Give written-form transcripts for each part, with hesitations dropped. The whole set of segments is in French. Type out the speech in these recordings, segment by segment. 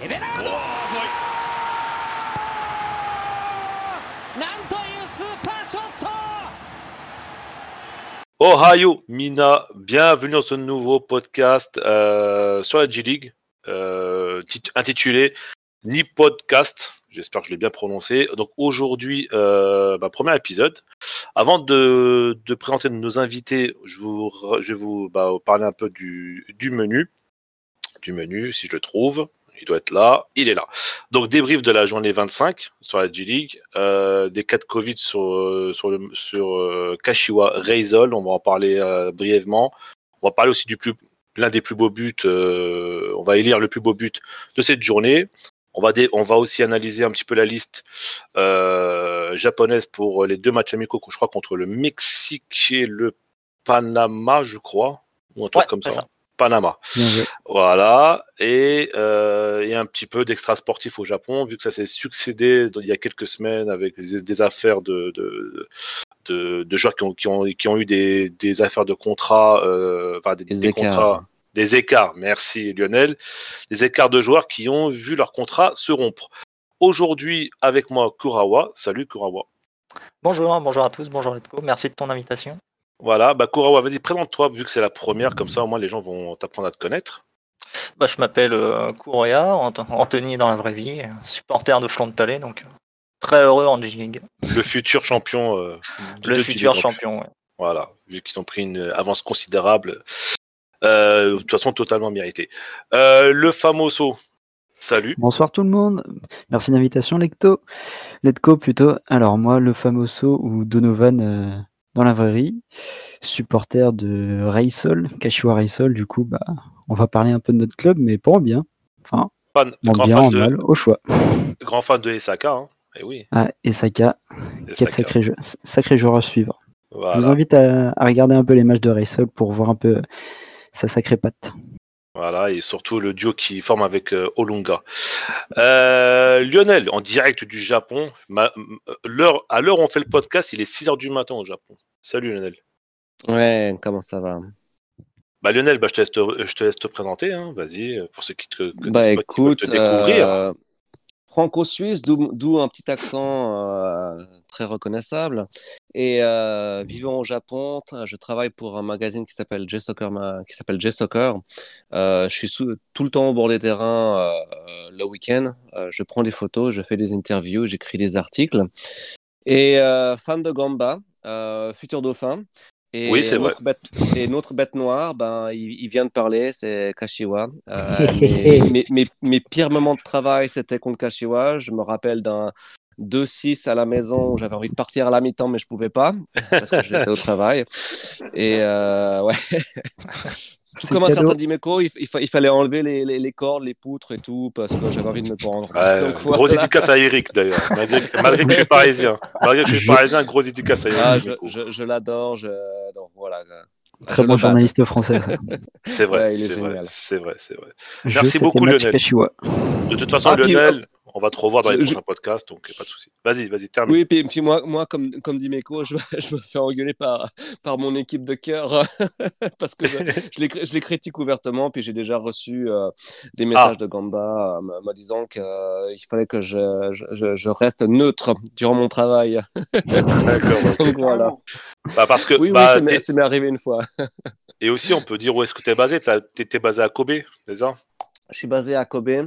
エベラードなんというスーパーショット。 Ohio Mina, bienvenue dans ce nouveau podcast sur la G-League intitulé Ni-Podcast, j'espère que je l'ai bien prononcé. Donc aujourd'hui, premier épisode. Avant de présenter nos invités, je vais vous parler un peu du menu, si je le trouve. Il doit être là, il est là. Donc débrief de la journée 25 sur la G-League, des cas de Covid sur Kashiwa Reysol, on va en parler brièvement. On va parler aussi l'un des plus beaux buts, on va élire le plus beau but de cette journée. On va aussi analyser un petit peu la liste japonaise pour les deux matchs amicaux, je crois, contre le Mexique et le Panama, je crois, ou un truc comme ça. Panama. Voilà. Et un petit peu d'extra sportif au Japon, vu que ça s'est succédé il y a quelques semaines avec des affaires de joueurs qui ont eu des affaires de contrats, des contrats, des écarts. Merci Lionel. Des écarts de joueurs qui ont vu leur contrat se rompre. Aujourd'hui, avec moi, Kurawa. Salut Kurawa. Bonjour à tous, bonjour Letko, merci de ton invitation. Voilà, Kurawa, vas-y, présente-toi, vu que c'est la première, comme ça au moins les gens vont t'apprendre à te connaître. Je m'appelle Kuroya, Anthony dans la vraie vie, supporter de Frontale, donc très heureux en G-League. Le futur champion. Le futur champion, ouais. Voilà, vu qu'ils ont pris une avance considérable, de toute façon totalement méritée. Le Famoso, salut. Bonsoir tout le monde, merci de l'invitation Letko plutôt. Alors moi, le Famoso ou Donovan dans la vraie vie, supporter de Reysol, Kashiwa Reysol, du coup, on va parler un peu de notre club, mais pas en bien. Enfin, en mal, au choix. Grand fan de Esaka, hein. Et oui. Ah, Esaka, quel sacré joueur à suivre. Voilà. Je vous invite à regarder un peu les matchs de Reysol pour voir un peu sa sacrée patte. Voilà, et surtout le duo qui forme avec Olunga. Lionel, en direct du Japon. À l'heure où on fait le podcast, il est 6h du matin au Japon. Salut Lionel. Ouais, comment ça va ? Lionel, je te laisse te présenter. Hein. Vas-y, pour ceux qui écoute, te découvrir. Franco-suisse, d'où un petit accent très reconnaissable. Et vivant au Japon, je travaille pour un magazine qui s'appelle J-Soccer. Je suis tout le temps au bord des terrains le week-end. Je prends des photos, je fais des interviews, j'écris des articles. Et fan de Gamba, futur dauphin. Et oui, c'est vrai. Notre bête noire, il vient de parler, c'est Kashiwa. Mes pires moments de travail, c'était contre Kashiwa. Je me rappelle d'un 2-6 à la maison où j'avais envie de partir à la mi-temps, mais je pouvais pas parce que j'étais au travail. Et ouais. Tout comme un certain Dimeco, il fallait enlever les cordes, les poutres et tout, parce que j'avais envie de me pendre. Donc, gros dédicace à Eric d'ailleurs, malgré que je suis parisien. Gros dédicace à Eric. Je l'adore, donc voilà. Très bon journaliste français. Ça. C'est vrai, ouais, c'est vrai. Merci beaucoup Lionel. De toute façon, Lionel, on va te revoir dans les prochains podcasts, donc pas de souci. Vas-y, termine. Oui, puis moi comme dit Meko, je me fais engueuler par mon équipe de cœur parce que je les critique ouvertement, puis j'ai déjà reçu des messages de Gamba me disant qu'il fallait que je reste neutre durant mon travail. D'accord. Donc voilà. Parce que oui, ça m'est arrivé une fois. Et aussi, on peut dire où est-ce que tu es basé. T'es basé à Kobe, c'est ça ? Je suis basé à Kobe.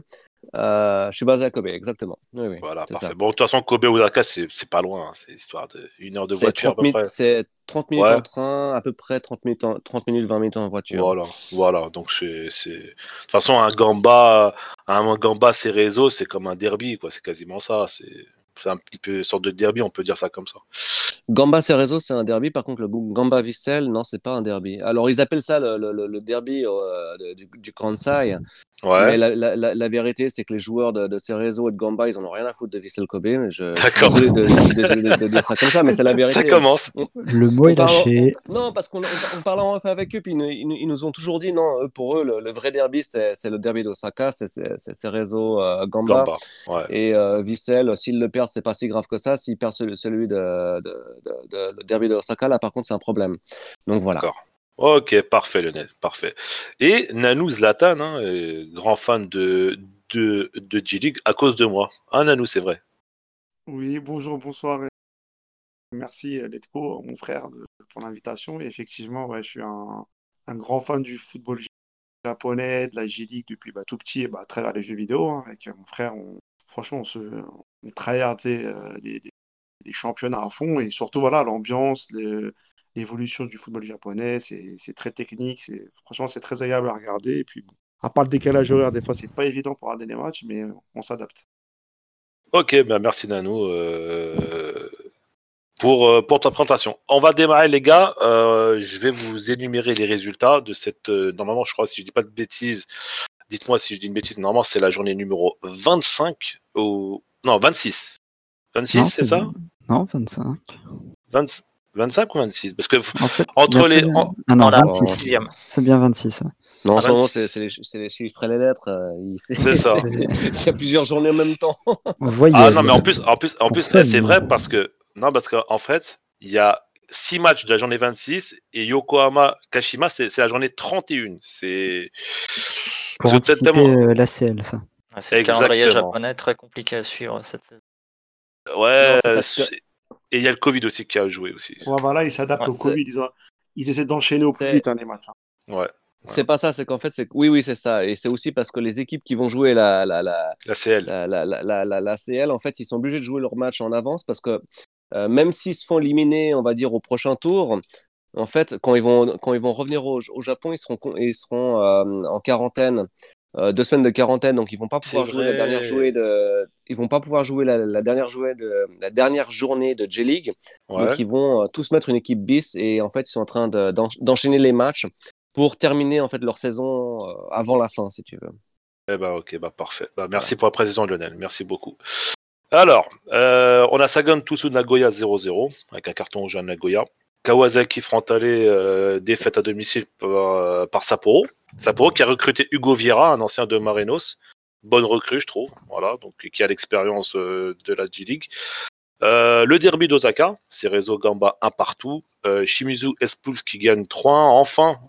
Exactement. Oui, voilà, c'est parfait. ça. Bon, de toute façon, Kobe Osaka, c'est pas loin. Hein. C'est histoire d'1 heure de voiture à peu près. C'est 30 minutes en train, à peu près 30 minutes, 20 minutes en voiture. Voilà. Donc, de toute façon, un Gamba Cerezo, c'est comme un derby, quoi. C'est quasiment ça. C'est un petit peu une sorte de derby, on peut dire ça comme ça. Gamba Cerezo, c'est un derby. Par contre, le Gamba Vissel, non, c'est pas un derby. Alors, ils appellent ça le derby du Kansai. Ouais. Mais la vérité, c'est que les joueurs de Cerezo et de Gamba, ils en ont rien à foutre de Vissel Kobe. D'accord. Je suis désolé de dire ça comme ça, mais c'est la vérité. Ça commence. Le mot est lâché. Non, parce qu'on parle en fait avec eux, puis ils nous ont toujours dit non. Pour eux, le vrai derby, c'est le derby d'Osaka, c'est Cerezo Gamba. Ouais. Et Vissel, s'ils le perdent, c'est pas si grave que ça. S'ils perdent celui de le derby d'Osaka, là, par contre, c'est un problème. Donc voilà. D'accord. Ok, parfait Lionel, parfait. Et Nanou Zlatan, grand fan de de G-League à cause de moi. Hein, Nanou, c'est vrai. Oui, bonjour, bonsoir. Et merci Letko, mon frère, pour l'invitation. Et effectivement, ouais, je suis un grand fan du football japonais, de la J-League depuis tout petit, à travers les jeux vidéo. Hein. Avec mon frère, franchement, on tryhardait les championnats à fond. Et surtout, voilà, l'ambiance, l'évolution du football japonais, c'est très technique. Franchement, c'est très agréable à regarder. Et puis, bon, à part le décalage horaire, des fois, c'est pas évident pour regarder les matchs, mais on s'adapte. Ok, ben merci Nanou pour ta présentation. On va démarrer les gars. Je vais vous énumérer les résultats de cette... normalement, je crois, si je dis pas de bêtises, dites-moi si je dis une bêtise, normalement c'est la journée numéro 25 ou... Non, 26. 26, Non, c'est ça Non, 25. 25 ou 26 Parce que En fait, entre il y a les... pas- Ah non, Voilà, 26. sixième. C'est bien 26. Ouais. Non, en ce moment, 26. c'est les chiffres et les lettres. C'est ça. Il y a plusieurs journées en même temps. On voit, Ah non, mais en plus, ça, c'est mais- vrai parce que... Non, parce qu'en fait, il y a 6 matchs de la journée 26 et Yokohama Kashima, c'est la journée 31. C'est... pour Parce que anticiper tellement... l'ACL, ça. Ouais, c'est le calendrier Exactement. japonais très compliqué à suivre cette saison. Ouais, Non, c'est parce que- et il y a le Covid aussi qui a joué aussi. Ouais, voilà, ils s'adaptent Ouais, au Covid. Ils essaient d'enchaîner au plus c'est- vite les matchs. Hein. Ouais. C'est pas ça, c'est qu'en fait, oui, c'est ça. Et c'est aussi parce que les équipes qui vont jouer La CL. la CL, en fait, ils sont obligés de jouer leur match en avance parce que même s'ils se font éliminer, on va dire, au prochain tour, en fait, quand ils vont revenir au Japon, ils seront en quarantaine, 2 semaines de quarantaine, donc ils vont pas pouvoir C'est jouer ils vont pas pouvoir jouer la dernière journée de J-League. Ouais. Donc ils vont tous mettre une équipe bis et en fait, ils sont en train d'enchaîner les matchs pour terminer en fait leur saison avant la fin, si tu veux. Eh ben, ok, bah parfait. Bah, merci pour la précision, Lionel. Merci beaucoup. Alors, on a Sagan Tosu Nagoya 0-0 avec un carton rouge à Nagoya. Kawasaki Frontale défaite à domicile par Sapporo. Sapporo qui a recruté Hugo Vieira, un ancien de Marinos. Bonne recrue, je trouve. Voilà, donc qui a l'expérience de la J-League. Le derby d'Osaka, c'est Rezo Gamba 1 partout. Shimizu S-Pulse qui gagne 3-1. Enfin,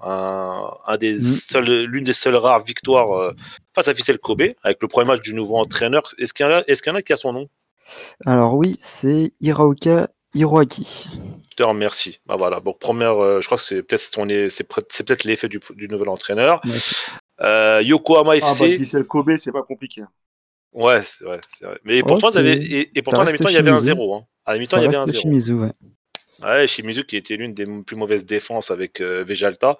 l'une des seules rares victoires face à Vissel Kobe, avec le premier match du nouveau entraîneur. Est-ce qu'il y en a qui a son nom? Alors oui, c'est Hiraoka Hiroaki. Je te remercie. Bah voilà. Bon, première, je crois que c'est peut-être l'effet du nouvel entraîneur. Ouais. Yokohama Ah, FC. Vissel Kobe, c'est pas compliqué. Hein. Ouais, c'est vrai. Mais pourtant, c'est- à la mi-temps, il y avait un 0. Hein. À la mi-temps, Ça il y avait un reste 0. Shimizu, ouais. Ouais, Shimizu qui était l'une des plus mauvaises défenses avec Vejalta.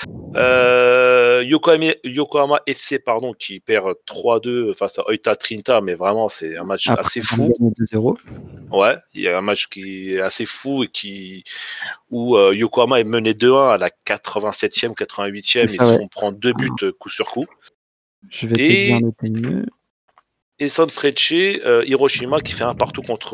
Yokohama FC, pardon, qui perd 3-2 face à Oita Trinta, mais vraiment, c'est un match Après, assez on fou. gagne 2-0. Ouais, il y a un match qui est assez fou et où Yokohama est mené 2-1 à la 87e, 88e. C'est Ils ça, se ouais. font prendre 2 buts coup sur coup. Je vais te Et- dire le timing. Et Sanfrecce, Hiroshima qui fait un partout contre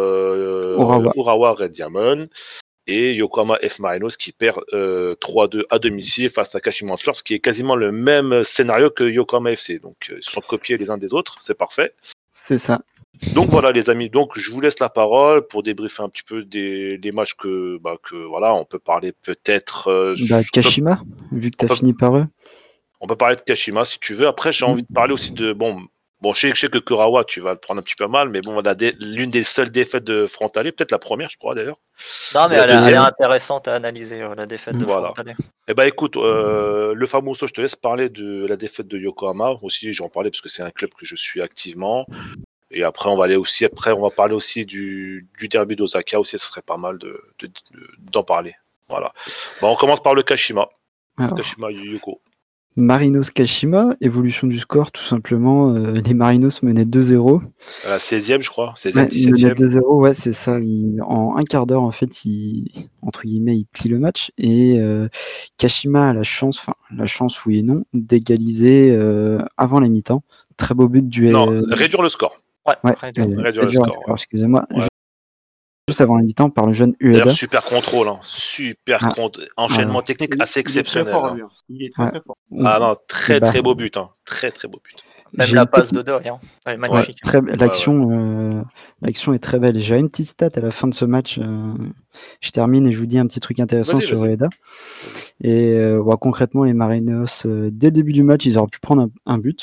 Urawa Red Diamond. Et Yokohama F Marinos qui perd 3-2 à domicile face à Kashima Antlers, ce qui est quasiment le même scénario que Yokohama FC. Donc ils se sont copiés les uns des autres, c'est parfait. C'est ça. Donc voilà les amis, donc je vous laisse la parole pour débriefer un petit peu des matchs que voilà, on peut parler peut-être. Kashima, vu que tu on as peut- fini par eux. On peut parler de Kashima si tu veux. Après j'ai envie de parler aussi de Bon, je sais que Kurawa, tu vas le prendre un petit peu mal, mais bon, l'une des seules défaites de Frontale, peut-être la première, je crois d'ailleurs. Non, mais La elle est deuxième. intéressante à analyser, la défaite de Voilà. Frontale. Eh ben écoute, le Famoso, je te laisse parler de la défaite de Yokohama. Aussi, j'en parlais parce que c'est un club que je suis activement. Et après, on va parler aussi du derby d'Osaka aussi. Ce serait pas mal d'en parler. Voilà. Bon, on commence par le Kashima. Alors, Kashima Yoko. Marinos Kashima, évolution du score, tout simplement. Les Marinos menaient 2-0. À la 16e, je crois. 16e, Ouais, ils menaient 17e. 2-0, ouais, c'est ça. En un quart d'heure, en fait, entre guillemets, ils plient le match. Et Kashima a la chance, oui et non, d'égaliser avant la mi-temps. Très beau but du... Non, réduire le score. Ouais, Ouais, réduire. Réduire le score, ouais. excusez-moi. Ouais. Juste avant la mi-temps, par le jeune Ueda. D'ailleurs, super contrôle. Hein. Enchaînement technique assez Il est très exceptionnel. fort, hein. lui. Hein. Il est très, Ouais. très fort. Ah non, très Bah, très beau but. Hein. Très très beau but. Même j'ai la une passe petite- de Doi, hein. Ouais, magnifique. L'action est très belle. J'ai une petite stat à la fin de ce match. Je termine et je vous dis un petit truc intéressant Vas-y, sur vas-y. Ueda. Et concrètement, les Marinos, dès le début du match, ils auraient pu prendre un but.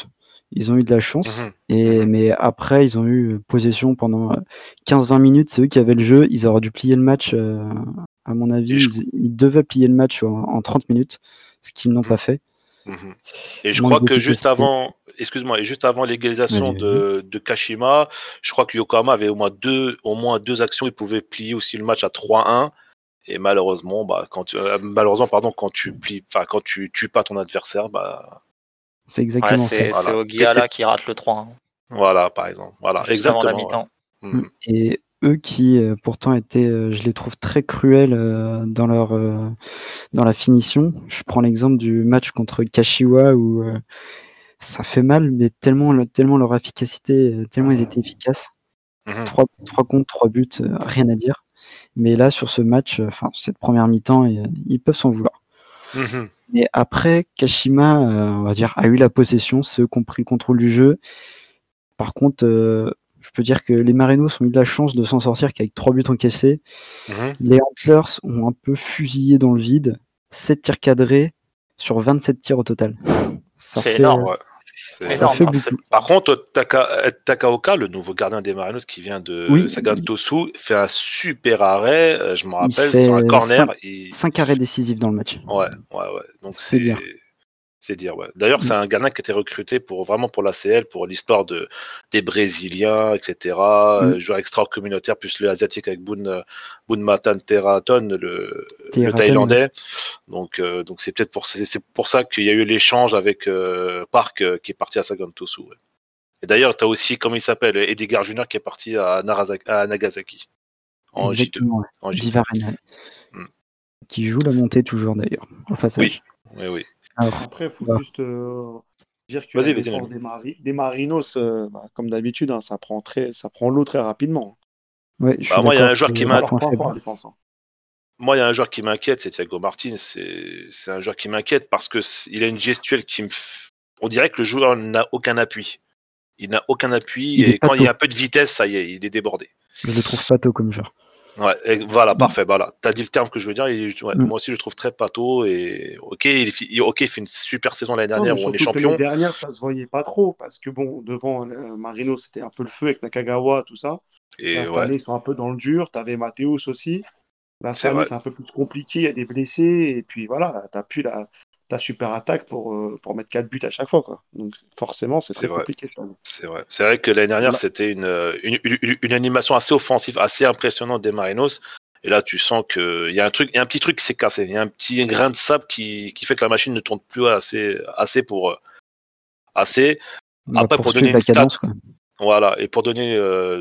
Ils ont eu de la chance. Mhm. Mais après, ils ont eu possession pendant 15-20 minutes. C'est eux qui avaient le jeu. Ils auraient dû plier le match. À mon avis, Et je- ils devaient plier le match en 30 minutes, ce qu'ils n'ont pas fait. Mhm. Et je Manque crois que juste d'efficacité. avant, excuse-moi, et juste avant l'égalisation Vas-y, vas-y. de Kashima, je crois que Yokohama avait au moins deux actions. Ils pouvaient plier aussi le match à 3-1. Et malheureusement, quand tu plies, enfin, quand tu tues pas ton adversaire, bah, C'est Ouais, exactement ça. c'est voilà. Ogiala qui rate le 3, hein, Voilà, par exemple. Voilà, juste avant la exactement. Ouais. mi-temps. Et eux qui pourtant étaient, je les trouve très cruels dans la finition. Je prends l'exemple du match contre Kashiwa où ça fait mal, mais tellement leur efficacité, tellement ils étaient efficaces. Mhm. 3 contre 3 buts, rien à dire. Mais là, sur ce match, cette première mi-temps, ils peuvent s'en vouloir. Mhm. Mais après, Kashima, on va dire, a eu la possession, c'est eux qui ont pris le contrôle du jeu. Par contre, je peux dire que les Marinos ont eu de la chance de s'en sortir qu'avec 3 buts encaissés. Mhm. Les Antlers ont un peu fusillé dans le vide. 7 tirs cadrés sur 27 tirs au total. Ça C'est fait, énorme. Ouais. ça Énorme. fait hein, c'est- beaucoup. Par contre, Takaoka, le nouveau gardien des Marinos qui vient de Oui, Sagan Tosu, fait un super arrêt. Je me il rappelle, fait sur un corner. 5 arrêts décisifs dans le match. Ouais. Donc C'est dire. c'est dire, ouais. D'ailleurs, c'est un gardien qui était recruté vraiment pour l'ACL, pour l'histoire des Brésiliens, etc. Mm. Joueur extra-communautaire, plus le asiatique avec Boun Matan Teraton, le Teraton, Thaïlandais. Donc c'est peut-être c'est pour ça qu'il y a eu l'échange avec Park qui est parti à Sagan Tosu. Ouais. Et d'ailleurs, tu as aussi, comment il s'appelle, Edgar Junior qui est parti à Nagasaki en J2. Exactement. Ouais. En J2. Vivarena, Mm. qui joue la montée toujours d'ailleurs, au passage. Oui. Alors, Après, il faut bah, juste dire que la Vas-y, défense Nami. des Marinos, comme d'habitude, hein, ça prend l'eau très rapidement. ouais, je C'est suis Moi, il y a d'accord, un joueur c'est qui c'est un pas m'a leur point point faible. fort en défense. Hein. Moi, il y a un joueur qui m'inquiète, c'est Thiago Martin. C'est un joueur qui m'inquiète parce que il a une gestuelle on dirait que le joueur n'a aucun appui. Il n'a aucun appui Il est et quand il y pato. a un peu de vitesse, ça y est, il est débordé. Je le trouve pato comme joueur. Ouais, voilà, Mm. parfait. Voilà, t'as dit le terme que je veux dire. Mm. Moi aussi, je le trouve très pato et ok, il fait une super saison l'année Non, mais dernière où on est surtout que l'année champion. dernière, ça se voyait pas trop parce que bon, devant Marino, c'était un peu le feu avec Nakagawa, tout ça. Là, Et cette ouais, année, ils sont un peu dans le dur. Tu avais Mathéus aussi. Là, cette c'est année, vrai, c'est un peu plus compliqué. Il y a des blessés. Et puis voilà, tu n'as plus ta super attaque pour mettre 4 buts à chaque fois. Quoi. Donc forcément, c'est c'est très vrai. compliqué cette année. C'est vrai. C'est vrai que l'année dernière, Ma- c'était une animation assez offensive, assez impressionnante des Marinos. Et là, tu sens qu'il y a il y a un petit truc qui s'est cassé. Il y a un petit grain de sable qui fait que la machine ne tourne plus assez pour assez. Bah, Après, pour pour donner suivre la une stat, cadence, quoi. voilà, et pour donner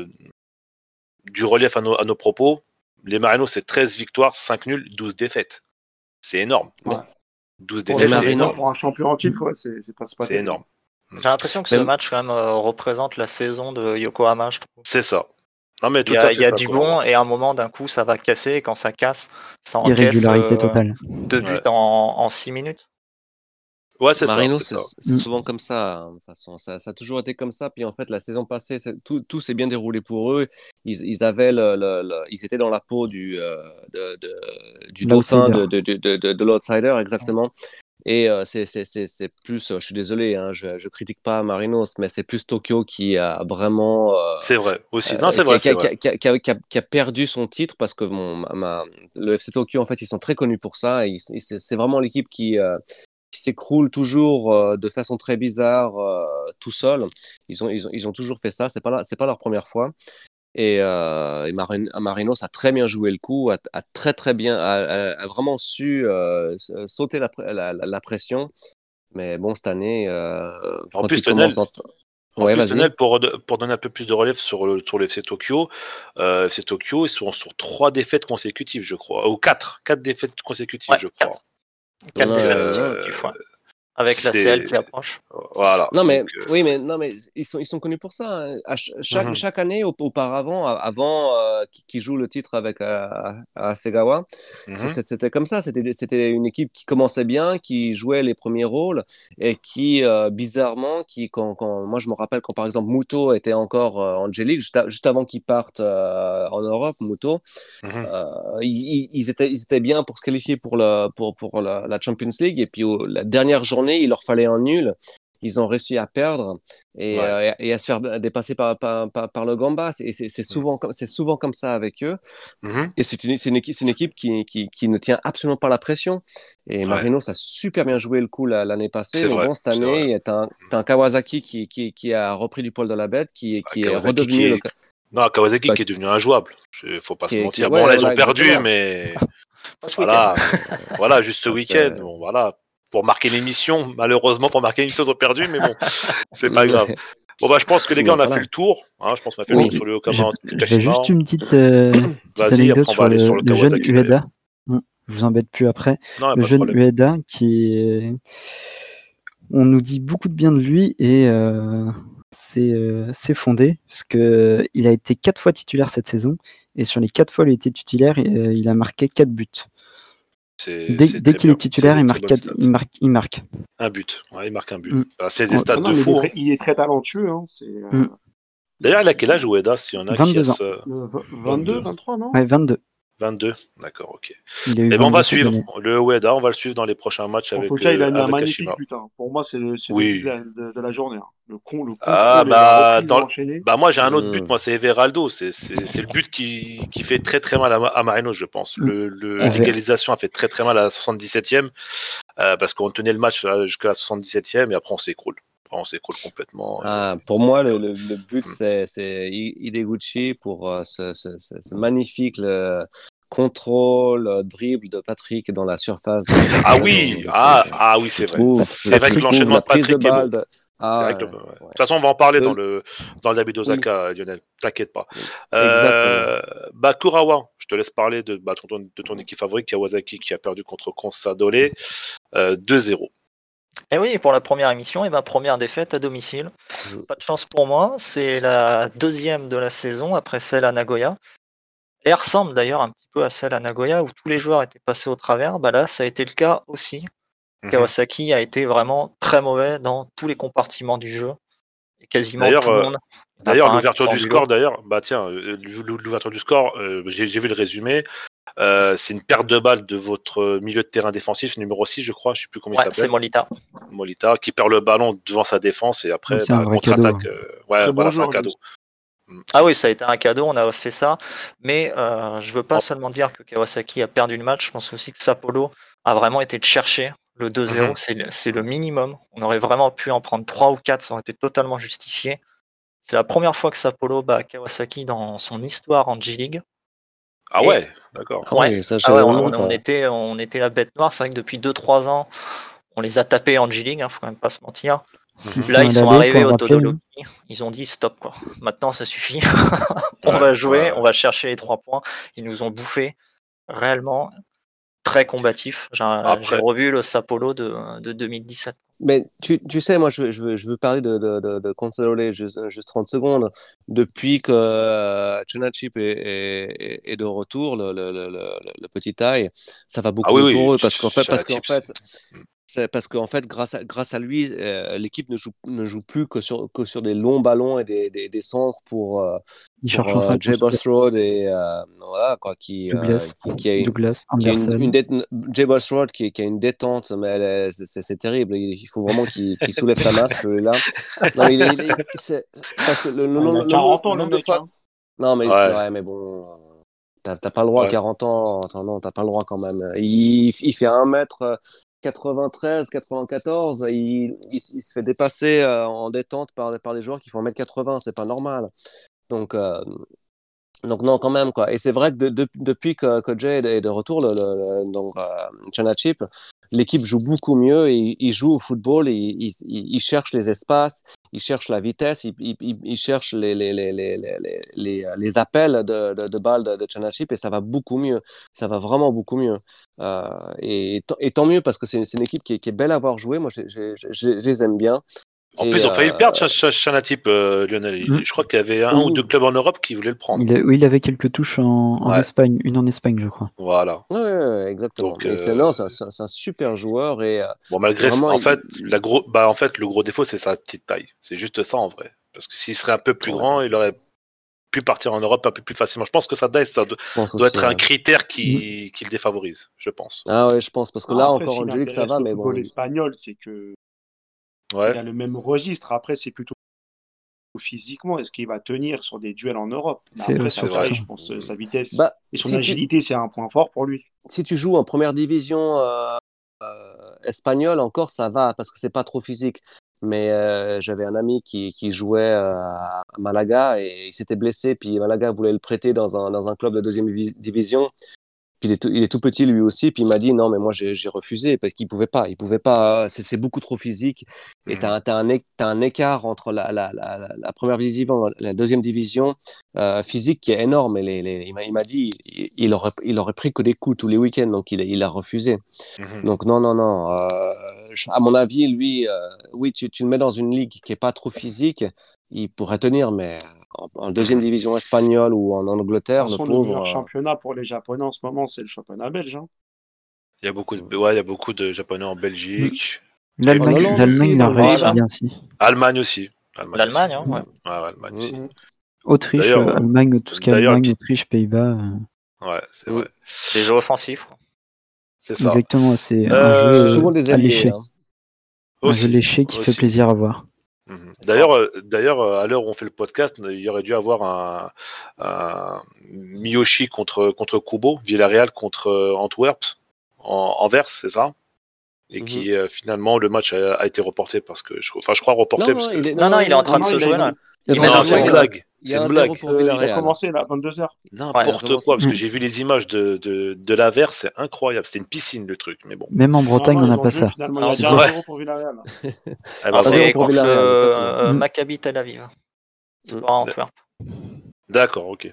du relief à nos propos, les Marinos, c'est 13 victoires, 5 nuls, 12 défaites. C'est énorme. Ouais. 12 Pour Les défaites, c'est Marinos- énorme. pour un champion en titre, ouais, c'est pas C'est terrible. énorme. J'ai l'impression que ce Même- match quand même représente la saison de Yokohama, je trouve. C'est ça. Non, mais Il tout y à a, il fait y a du d'accord. bon et à un moment d'un coup ça va casser et quand ça casse, ça encaisse Irrégularité totale. 2 buts Ouais. en 6 minutes. Ouais, c'est ça. Marino, C'est ça. c'est Mm. souvent comme ça. Hein, de toute façon, ça a toujours été comme ça. Puis en fait, la saison passée, tout s'est bien déroulé pour eux. Ils avaient ils étaient dans la peau du dauphin, L'outsider. de l'outsider, exactement. Et c'est plus, je suis désolé, hein, je critique pas Marinos, mais c'est plus Tokyo qui a vraiment C'est vrai aussi. Non, c'est vrai, c'est vrai. qui a perdu son titre parce que le FC Tokyo, en fait, ils sont très connus pour ça. C'est vraiment l'équipe qui s'écroule toujours de façon très bizarre tout seul. Ils ont toujours fait ça. C'est pas leur première fois. Et Marinos a très bien joué le coup, a très très bien, a vraiment su sauter la pression. Mais bon, cette année, En quand plus, tu commences Ouais, vas-y. Lionel, pour donner un peu plus de relève sur le FC Tokyo, ils sont sur 3 défaites consécutives, je crois. Ou 4 défaites consécutives, Ouais, je crois. 4 Donc, défaites ouais. consécutives, ouais. Avec la c'est. CL qui approche. Voilà. Non, mais Donc, oui, mais non, mais ils sont connus pour ça. Hein. Mhm. Chaque année auparavant, avant qui joue le titre avec Hasegawa, Mhm. c'était comme ça. C'était une équipe qui commençait bien, qui jouait les premiers rôles et qui bizarrement, quand moi je me rappelle quand par exemple Muto était encore en J-League juste avant qu'il parte en Europe, Muto, Mhm. ils étaient bien pour se qualifier pour la Champions League et puis la dernière journée il leur fallait un nul ils ont réussi à perdre et à se faire dépasser par le Gamba. Et c'est souvent comme ça avec eux. Et c'est une équipe qui ne tient absolument pas la pression. Et Marinos a super bien joué le coup l'année passée. Mais bon, cette année, t'as un Kawasaki qui a repris du poil de la bête, qui est redevenu... Non, Kawasaki qui est devenu injouable. Faut pas se mentir. Bon, là, ils ont perdu, exactement. Mais voilà, juste ce week-end. Bon, voilà, pour marquer l'émission. Malheureusement, pour marquer l'émission, ils ont perdu, mais bon, c'est pas grave. Bon, je pense que les gars, on a fait le tour. Je pense qu'on a fait le tour sur le Okama. J'ai juste une petite anecdote sur le jeune Ueda. Je vous embête plus après. Non, le jeune Ueda on nous dit beaucoup de bien de lui et c'est fondé parce que il a été 4 fois titulaire cette saison et sur les 4 fois où il était titulaire, il a marqué 4 buts. Dès qu'il est titulaire, il marque. Un but. Il marque un but. C'est des stats de fou. Il est très talentueux. D'ailleurs, il a quel âge Ueda, s'il y en a 22 ans. 22, 23, non? Ouais, 22. 22, d'accord, ok. Et on va suivre le Ueda, on va le suivre dans les prochains matchs avec. En tout cas, il a mis un magnifique but. Pour moi, c'est le début de la journée. Le contrôle, moi j'ai un autre but, moi c'est Everaldo. C'est le but qui fait très très mal à Marinos, je pense. L'égalisation a fait très très mal à la 77e parce qu'on tenait le match jusqu'à la 77e et après on s'écroule. On s'écroule complètement. Pour moi, le but, c'est Ideguchi pour ce magnifique contrôle, dribble de Patrick dans la surface. Oui, c'est vrai. C'est vrai que l'enchaînement de Patrick est beau. De toute façon, on va en parler dans le derby d'Osaka, Lionel. T'inquiète pas. Kurawa, je te laisse parler de ton équipe favorite, Kawasaki, qui a perdu contre Consadole 2-0. Et oui, pour la première émission, première défaite à domicile. Pas de chance pour moi, c'est la deuxième de la saison après celle à Nagoya. Elle ressemble d'ailleurs un petit peu à celle à Nagoya où tous les joueurs étaient passés au travers. Là, ça a été le cas aussi. Kawasaki a été vraiment très mauvais dans tous les compartiments du jeu. Et quasiment tout le monde. D'ailleurs, l'ouverture du score, l'ouverture du score, j'ai vu le résumé. C'est une perte de balle de votre milieu de terrain défensif, numéro 6, je crois, je ne sais plus comment il s'appelle. C'est Molita, qui perd le ballon devant sa défense et après, contre-attaque. C'est un cadeau. Ah oui, ça a été un cadeau, on a fait ça. Mais je ne veux pas seulement dire que Kawasaki a perdu le match, je pense aussi que Sapporo a vraiment été de chercher le 2-0. C'est le minimum. On aurait vraiment pu en prendre 3 ou 4, ça aurait été totalement justifié. C'est la première fois que Sapporo bat Kawasaki dans son histoire en G-League. Ah ouais, d'accord. On était la bête noire. C'est vrai que depuis 2-3 ans, on les a tapés en G-League, faut quand même pas se mentir. Là, ils sont arrivés au Todoroki. Ils ont dit stop, quoi. Maintenant, ça suffit. On va jouer, on va chercher les 3 points. Ils nous ont bouffé réellement. Très combatif. J'ai revu le Sapporo de 2017. Mais tu sais, moi, je veux parler de Consadole juste 30 secondes. Depuis que Chunachip est de retour, le petit taille, ça va beaucoup pour eux parce qu'en fait, grâce à lui, l'équipe ne joue plus que sur des longs ballons et des centres pour Jay Bossroad et Douglas, Jay Bossroad qui a une détente, mais c'est terrible. Il faut vraiment qu'il soulève sa masse celui-là. Parce que le 40 ans le mec. Non mais bon. T'as pas le droit à 40 ans. Attends, non, t'as pas le droit quand même. Il fait 1m93, 94, il se fait dépasser en détente par des joueurs qui font 1m80, c'est pas normal. Donc non, quand même, quoi. Et c'est vrai que depuis que Jay est de retour, Chunachip, l'équipe joue beaucoup mieux, il joue au football, il cherche les espaces, il cherche la vitesse, il cherche les appels de balles de Chunachip et ça va beaucoup mieux. Ça va vraiment beaucoup mieux. Et tant mieux parce que c'est une équipe qui est belle à voir jouer. Moi, je les aime bien. En plus, ils ont failli perdre Chunachip, Lionel. Je crois qu'il y avait un ou deux clubs en Europe qui voulaient le prendre. Il avait quelques touches en Espagne, une en Espagne, je crois. Voilà. Ouais, exactement. Donc, c'est un super joueur et. Malgré vraiment, en fait, le gros défaut, c'est sa petite taille. C'est juste ça en vrai. Parce que s'il serait un peu plus grand, il aurait pu partir en Europe un peu plus facilement. Je pense que ça doit être un critère qui le défavorise, je pense. Ah ouais, je pense parce que là après, encore en G-League ça va, mais bon. Le espagnol, c'est que Ouais. Il a le même registre. Après, c'est plutôt physiquement. Est-ce qu'il va tenir sur des duels en Europe? Mais C'est après, c'est c'est vrai. pareil, important. je pense. Sa vitesse Bah, et son si tu, agilité, c'est un point fort pour lui. si tu joues en première division espagnole, encore ça va parce que c'est pas trop physique. Mais j'avais un ami qui jouait à Malaga et il s'était blessé. Puis Malaga voulait le prêter dans un club de deuxième division. Puis il est tout petit lui aussi, puis il m'a dit non mais moi j'ai refusé parce qu'il pouvait pas, c'est beaucoup trop physique et t'as un écart entre la première division, la deuxième division physique qui est énorme et il m'a dit il aurait pris que des coups tous les week-ends donc il a refusé. Donc non, à mon avis lui oui tu le mets dans une ligue qui est pas trop physique, il pourrait tenir mais en deuxième division espagnole ou en De toute Angleterre le façon, le meilleur pauvre. championnat pour les Japonais en ce moment, c'est le championnat belge. Hein. Il y a beaucoup de Japonais en Belgique. En Hollande L'Allemagne, aussi, la dans les réussit Pays-Bas. bien aussi. Allemagne aussi. L'Allemagne, hein, ouais. Ouais, Allemagne aussi. Autriche, D'ailleurs, Allemagne, tout ce qui est d'ailleurs, Allemagne, Autriche, Pays-Bas. Ouais, c'est vrai. Des jeux offensifs. Quoi. C'est ça. Exactement, c'est un jeu Souvent des à alliés. lécher. Hein. Un jeu léché qui fait plaisir à voir. D'ailleurs, à l'heure où on fait le podcast, il y aurait dû avoir un Miyoshi contre Kubo, Villarreal contre Antwerp, en Anvers, c'est ça? Et qui finalement le match a été reporté parce que je crois reporté parce que il est en train de se jouer là. Non, c'est une blague. C'est une blague. Il a commencé là, 22h. N'importe quoi, parce que j'ai vu les images de l'Anvers, c'est incroyable. C'était une piscine le truc, mais bon. Même en Bretagne, on n'a pas ça. Finalement, il y a 1-0 pour Villarreal. C'est contre le Maccabi Tel Aviv. C'est pas Antwerp. D'accord, ok.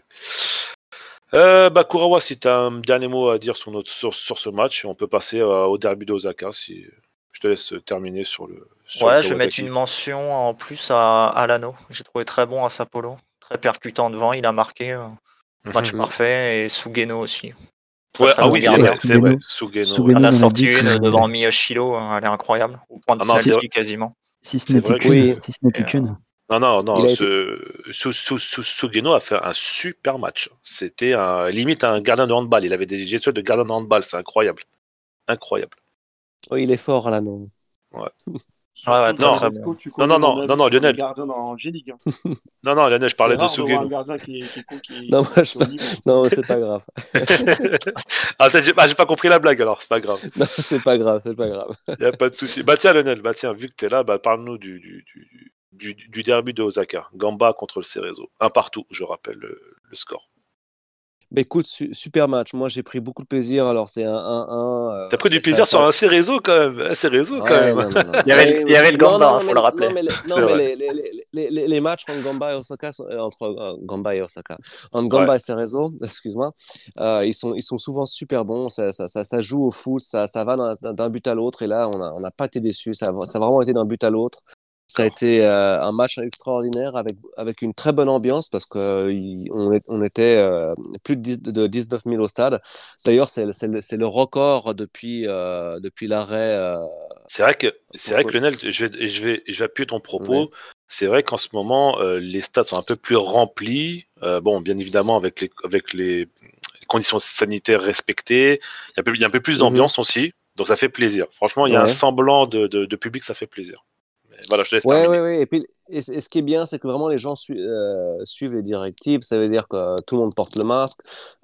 Kurawa, si tu as un dernier mot à dire sur ce match, on peut passer au derby d'Osaka. Si je te laisse terminer sur le. Je vais mettre une mention en plus à Alano. J'ai trouvé très bon à Sapporo, très percutant devant, il a marqué. Match parfait et Sugeno aussi. Ouais, c'est vrai. Sugeno. On a sorti une devant Miyashiro, elle est incroyable, au point de penalty quasiment. Si ce n'était qu'une. Non. Sugeno a fait un super match. C'était limite un gardien de handball. Il avait des gestes de gardien de handball. C'est incroyable. Incroyable. Oh, il est fort, là, non. Ouais. Très bon. Non, Lionel. Gardien en G-League. Non, Lionel, je parlais de Sugeno. Un gardien qui Non, c'est pas grave. J'ai pas compris la blague alors, c'est pas grave. Non, c'est pas grave. Y a pas de souci. Tiens, Lionel, vu que t'es là, parle-nous du derby de Osaka. Gamba contre le Cerezo. Un partout, je rappelle le score. Écoute, super match. Moi, j'ai pris beaucoup de plaisir. Alors, c'est un 1-1. T'as pris du plaisir sur un Cerezo quand même. Non. Il y avait le Gamba, faut le rappeler. Les matchs entre Gamba et Osaka, entre Gamba et Cerezo, excuse-moi, ils sont souvent super bons. Ça joue au foot, ça va d'un but à l'autre. Et là, on n'a pas été déçus. Ça a vraiment été d'un but à l'autre. Ça a été un match extraordinaire avec une très bonne ambiance parce qu'on était plus de 19 000 au stade. D'ailleurs, c'est le record depuis l'arrêt. C'est vrai que Lionel, je vais appuyer ton propos. Ouais. C'est vrai qu'en ce moment, les stades sont un peu plus remplis. Bien évidemment, avec les conditions sanitaires respectées, il y a un peu plus d'ambiance aussi. Donc ça fait plaisir. Franchement, il y a un semblant de public, ça fait plaisir. Voilà, je te laisse terminer. Ouais. Et puis, ce qui est bien, c'est que vraiment les gens suivent les directives. Ça veut dire que tout le monde porte le masque.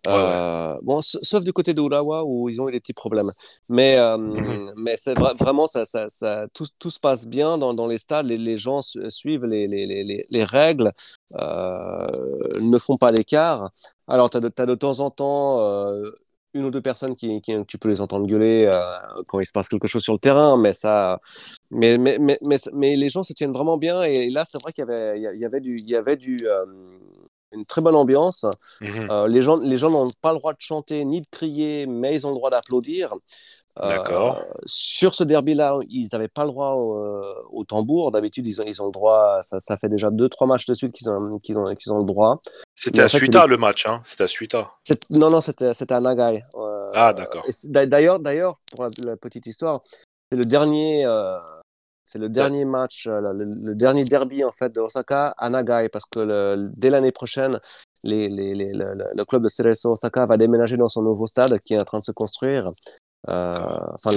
Sauf du côté de Urawa où ils ont eu des petits problèmes. Mais c'est vraiment tout se passe bien dans les stades. Les gens suivent les règles, ne font pas d'écart. Alors, tu as de temps en temps une ou deux personnes qui tu peux les entendre gueuler quand il se passe quelque chose sur le terrain, mais les gens se tiennent vraiment bien. Et là, c'est vrai qu'il y avait une très bonne ambiance. Les gens n'ont pas le droit de chanter ni de crier, mais ils ont le droit d'applaudir. D'accord. Sur ce derby-là, ils n'avaient pas le droit au tambour. D'habitude, ils ont le droit. Ça fait déjà 2-3 matchs de suite qu'ils ont le droit. C'était à Suita le match, hein. C'était à Suita. Non, c'était à Nagai. D'accord. D'ailleurs, pour la petite histoire, c'est le dernier match, le dernier derby en fait de Osaka à Nagai, parce que dès l'année prochaine, le club de Cerezo Osaka va déménager dans son nouveau stade qui est en train de se construire.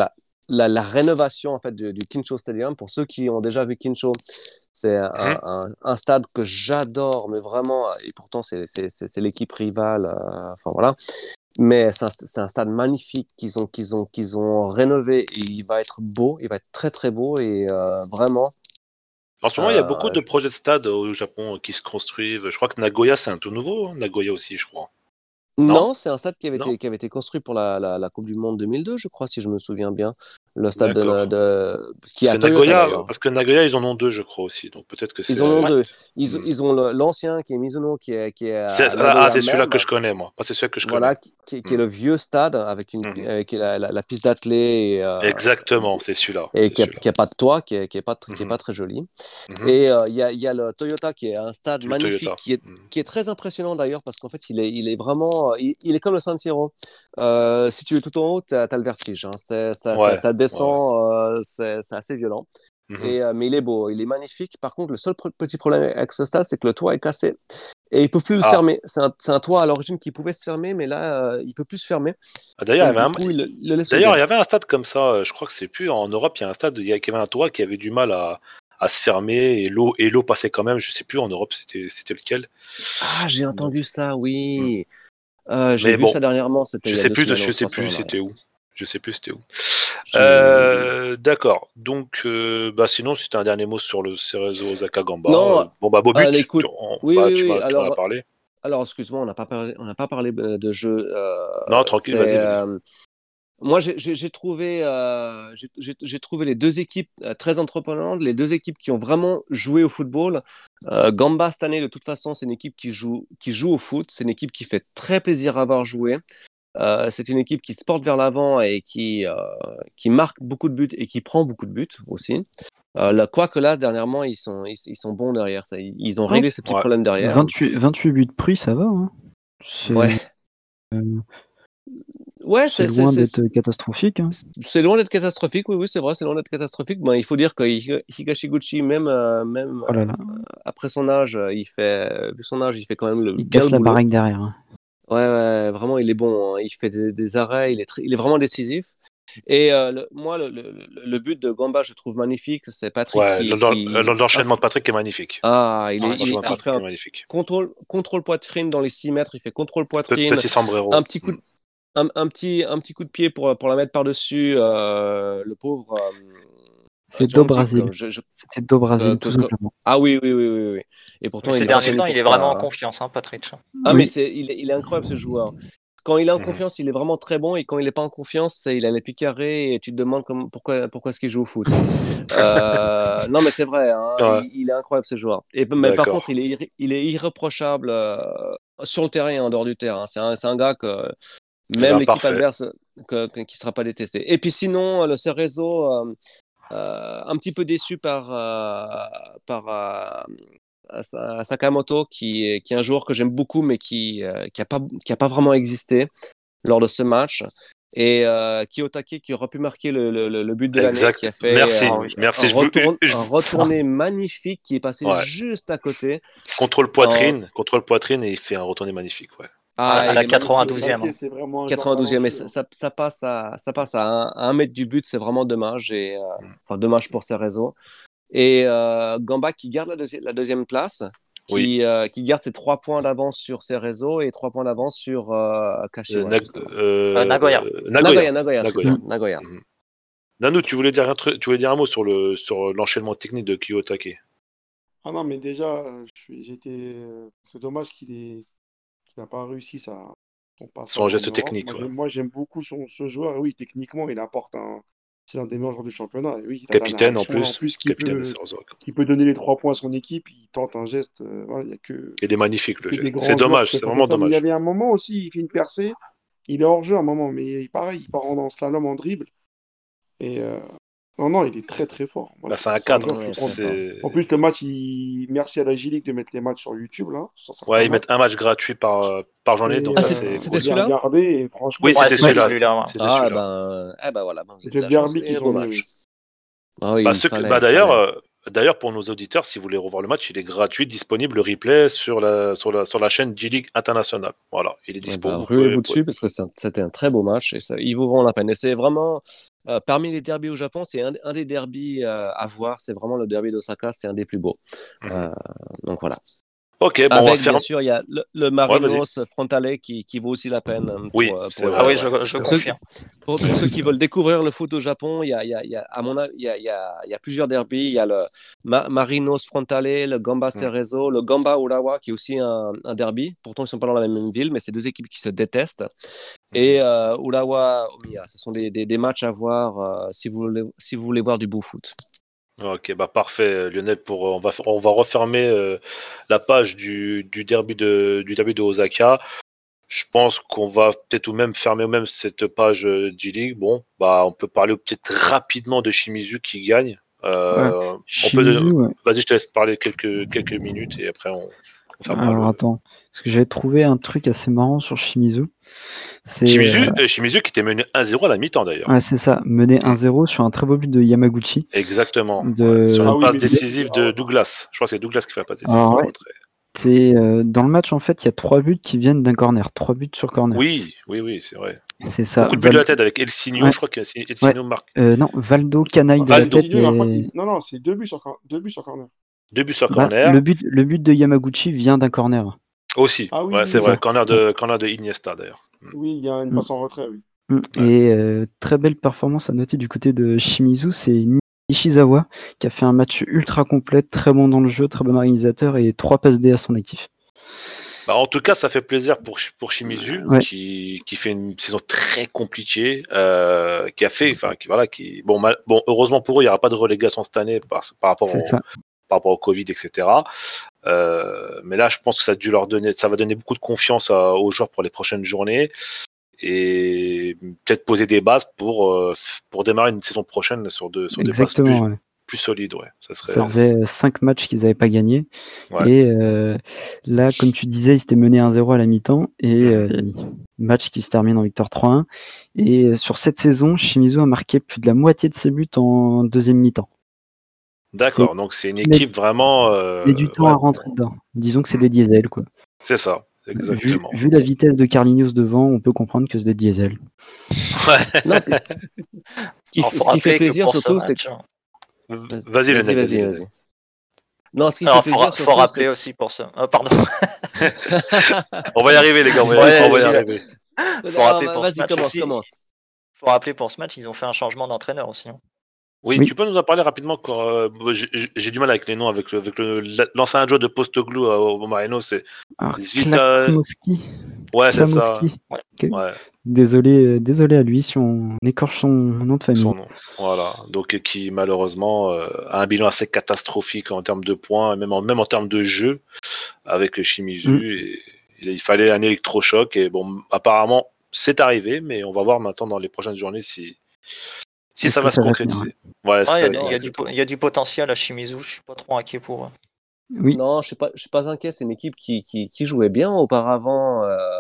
la rénovation en fait du Kinshasa Stadium. Pour ceux qui ont déjà vu Kinshasa, c'est un stade que j'adore, mais vraiment, et pourtant c'est l'équipe rivale. Enfin voilà. Mais c'est un stade magnifique qu'ils ont rénové et il va être beau, il va être très très beau et vraiment. En ce moment, il y a beaucoup de projets de stade au Japon qui se construisent. Je crois que Nagoya, c'est un tout nouveau. Nagoya aussi, je crois. Non, c'est un stade qui avait été construit pour la Coupe du Monde 2002, je crois, si je me souviens bien. Le stade qui a Toyota, d'ailleurs. Parce que Nagoya, ils en ont deux, je crois aussi. Donc peut-être que ils en ont deux. Ils ont l'ancien qui est Mizuno, qui est c'est celui-là que je connais, moi. C'est celui que je connais. Voilà, qui est le vieux stade avec la piste d'athlée. Exactement, c'est celui-là. Et qui n'a pas de toit, qui est pas très joli. Et il y a le Toyota qui est un stade magnifique, qui est très impressionnant d'ailleurs, parce qu'en fait, il est vraiment. Il est comme le San Siro. Si tu es tout en haut, tu as le vertige. Hein. Ça descend, c'est assez violent. Mais il est beau, il est magnifique. Par contre, le seul petit problème avec ce stade, c'est que le toit est cassé et il peut plus le fermer. C'est un toit à l'origine qui pouvait se fermer, mais là, il peut plus se fermer. D'ailleurs, il y avait un stade comme ça. Je crois que c'est plus en Europe. Il y a un stade qui avait un toit qui avait du mal à se fermer et l'eau passait quand même. Je sais plus en Europe c'était lequel. Ah, j'ai entendu ça, oui. J'ai vu ça dernièrement. Je sais plus c'était où. Je sais plus c'était où. D'accord. Donc, sinon, si tu as un dernier mot sur le Cerezo Osaka Gamba. Non, Bobut, écoute, tu en as parlé. Alors, excuse-moi, on n'a pas parlé de jeu. Non, tranquille, vas-y. Moi, j'ai trouvé les deux équipes très entreprenantes, les deux équipes qui ont vraiment joué au football. Gamba, cette année, de toute façon, c'est une équipe qui joue au foot. C'est une équipe qui fait très plaisir à voir jouer. C'est une équipe qui se porte vers l'avant et qui marque beaucoup de buts et qui prend beaucoup de buts aussi. Quoique là, dernièrement, ils sont bons derrière. Ça. Ils ont réglé ce petit problème derrière. 28 buts pris, ça va. Hein. C'est loin d'être catastrophique. Hein. C'est loin d'être catastrophique, oui, c'est vrai, c'est loin d'être catastrophique. Il faut dire que Higashiguchi, même après son âge, il fait quand même il casse la baraque derrière. Hein. Ouais, vraiment, il est bon. Hein. Il fait des arrêts, il est vraiment décisif. Et moi, le but de Gamba, je trouve magnifique. C'est Patrick l'enchaînement de Patrick est magnifique. Ah, il fait un magnifique. Contrôle poitrine dans les 6 mètres. Il fait contrôle poitrine. Petit sombrero. Un petit coup de pied pour la mettre par-dessus. Le pauvre. C'est Do Brasil. C'était Do Brasil, tout simplement. Ah oui. Et pourtant, ces derniers temps, il est vraiment en confiance, hein, Patrick. Ah, mais il est incroyable, ce joueur. Quand il est en confiance, il est vraiment très bon. Et quand il n'est pas en confiance, il a les pieds carrés. Et tu te demandes pourquoi est-ce qu'il joue au foot. Non, mais c'est vrai. Hein, il est incroyable, ce joueur. Mais par contre, il est irréprochable sur le terrain et en dehors du terrain. C'est un gars que même l'équipe adverse qui ne sera pas détesté. Et puis sinon, le Cerezo, un petit peu déçu par Sakamoto, qui est un joueur que j'aime beaucoup, mais qui a pas vraiment existé lors de ce match. Et Kiyotake, qui aurait pu marquer le but de l'année, qui a fait un retourné magnifique, qui est passé juste à côté. Contrôle poitrine, et il fait un retourné magnifique, ouais. À la 92e. C'est vraiment 92e, mais ça passe à 1 mètre du but, c'est vraiment dommage. Dommage pour Cerezo. Et Gamba qui garde la deuxième place, qui garde ses 3 points d'avance sur Cerezo et 3 points d'avance sur Kashiwa. Nagoya. Nagoya. Nanou, tu voulais dire un mot sur l'enchaînement technique de Kiyotake. Ah non, mais déjà, c'est dommage qu'il n'a pas réussi son geste technique. Moi, j'aime beaucoup ce joueur. Oui, techniquement, il apporte c'est l'un des meilleurs joueurs du championnat. Et oui, capitaine en plus qui peut donner les 3 points à son équipe. Il tente un geste. Il est magnifique, le geste. C'est dommage, c'est vraiment dommage. Il y avait un moment aussi, il fait une percée. Il est hors jeu à un moment, mais pareil, il part en slalom, en dribble. Et non, il est très très fort. C'est un cadre. En plus, le match, merci à la J-League de mettre les matchs sur YouTube. Là, ils mettent un match gratuit par journée. Donc c'était celui-là. Regardé, et franchement, oui, c'était celui-là. Voilà. C'est le derby qui D'ailleurs, pour nos auditeurs, si vous voulez revoir le match, il est gratuit, disponible, le replay sur la chaîne J-League International. Voilà, il est disponible. Ruez-vous dessus parce que c'était un très beau match et il vaut vraiment la peine. Et c'est vraiment parmi les derbys au Japon, c'est un des derbys à voir. C'est vraiment le derby d'Osaka, c'est un des plus beaux. Donc voilà. Ok, bon, Avec, on va faire... bien sûr, il y a le Marinos Frontale qui vaut aussi la peine. Oui, pour Ah oui, je confirme. Pour ceux qui veulent découvrir le foot au Japon, à mon avis, il y a plusieurs derbys. Il y a le Marinos Frontale, le Gamba Cerezo, le Gamba Urawa, qui est aussi un derby. Pourtant, ils ne sont pas dans la même ville, mais c'est deux équipes qui se détestent. Et Urawa Omiya. Ce sont des matchs à voir si vous voulez voir du beau foot. Ok, bah parfait, Lionel. On va refermer la page du derby de Osaka. Je pense qu'on va peut-être ou même fermer même cette page G-League. Bon, bah on peut parler peut-être rapidement de Shimizu qui gagne. Shimizu, ouais. Vas-y, je te laisse parler quelques minutes et après on fermera. Alors attends, parce que j'avais trouvé un truc assez marrant sur Shimizu. Shimizu qui était mené 1-0 à la mi-temps d'ailleurs. Ouais, c'est ça, mené 1-0 sur un très beau but de Yamaguchi. Exactement. Sur une passe décisive de Douglas. Je crois que c'est Douglas qui fait la passe décisive. Alors, dans le match, en fait, il y a 3 buts qui viennent d'un corner. 3 buts sur corner. Oui, c'est vrai. C'est ça. Beaucoup de buts de la tête avec Elsinho. Je crois qu'Elsinho marque. Non, Valdo Canaille de la tête. Non, c'est 2 buts sur corner. 2 buts sur corner. Le but de Yamaguchi vient d'un corner. Aussi. C'est vrai. Corner de Iniesta d'ailleurs. Oui, il y a une passe en retrait, oui. Et très belle performance à noter du côté de Shimizu, c'est Nishizawa qui a fait un match ultra complet, très bon dans le jeu, très bon organisateur et 3 passes D à son actif. Bah, en tout cas, ça fait plaisir pour Shimizu qui fait une saison très compliquée, qui a fait, bon, heureusement pour eux, il n'y aura pas de relégation cette année par rapport au Covid, etc. Mais là, je pense que ça va donner beaucoup de confiance aux joueurs pour les prochaines journées. Et peut-être poser des bases pour démarrer une saison prochaine sur des bases plus solides. Ouais. Ça faisait 5 matchs qu'ils n'avaient pas gagné. Ouais. Et là, comme tu disais, ils s'étaient menés 1-0 à la mi-temps. Et match qui se termine en victoire 3-1. Et sur cette saison, Shimizu a marqué plus de la moitié de ses buts en deuxième mi-temps. D'accord, donc c'est une équipe vraiment... Mais du temps à rentrer dedans. Disons que c'est des diesels, quoi. C'est ça. Exactement. Vu la vitesse de Carlinhos devant, on peut comprendre que c'est des diesels. Ouais. Ce qui fait plaisir surtout, c'est que... Vas-y. Non, ce qui fait plaisir, faut rappeler aussi pour ça. Pardon. On va y arriver, les gars. On va y arriver. Faut rappeler pour ce match. Faut rappeler pour ce match, ils ont fait un changement d'entraîneur aussi. Oui, tu peux nous en parler rapidement. J'ai du mal avec les noms, avec l'ancien adjoint de Postecoglou au Marino, c'est Zvita. Ouais, c'est ça. Ouais. Désolé à lui si on écorche son nom de famille. Son nom. Voilà. Donc qui malheureusement a un bilan assez catastrophique en termes de points, même en termes de jeu avec Shimizu. Et il fallait un électrochoc et bon, apparemment c'est arrivé, mais on va voir maintenant dans les prochaines journées si ça va se concrétiser. Il y a du potentiel à Shimizu, je suis pas trop inquiet pour eux. Oui. Non, je suis pas inquiet. C'est une équipe qui jouait bien auparavant,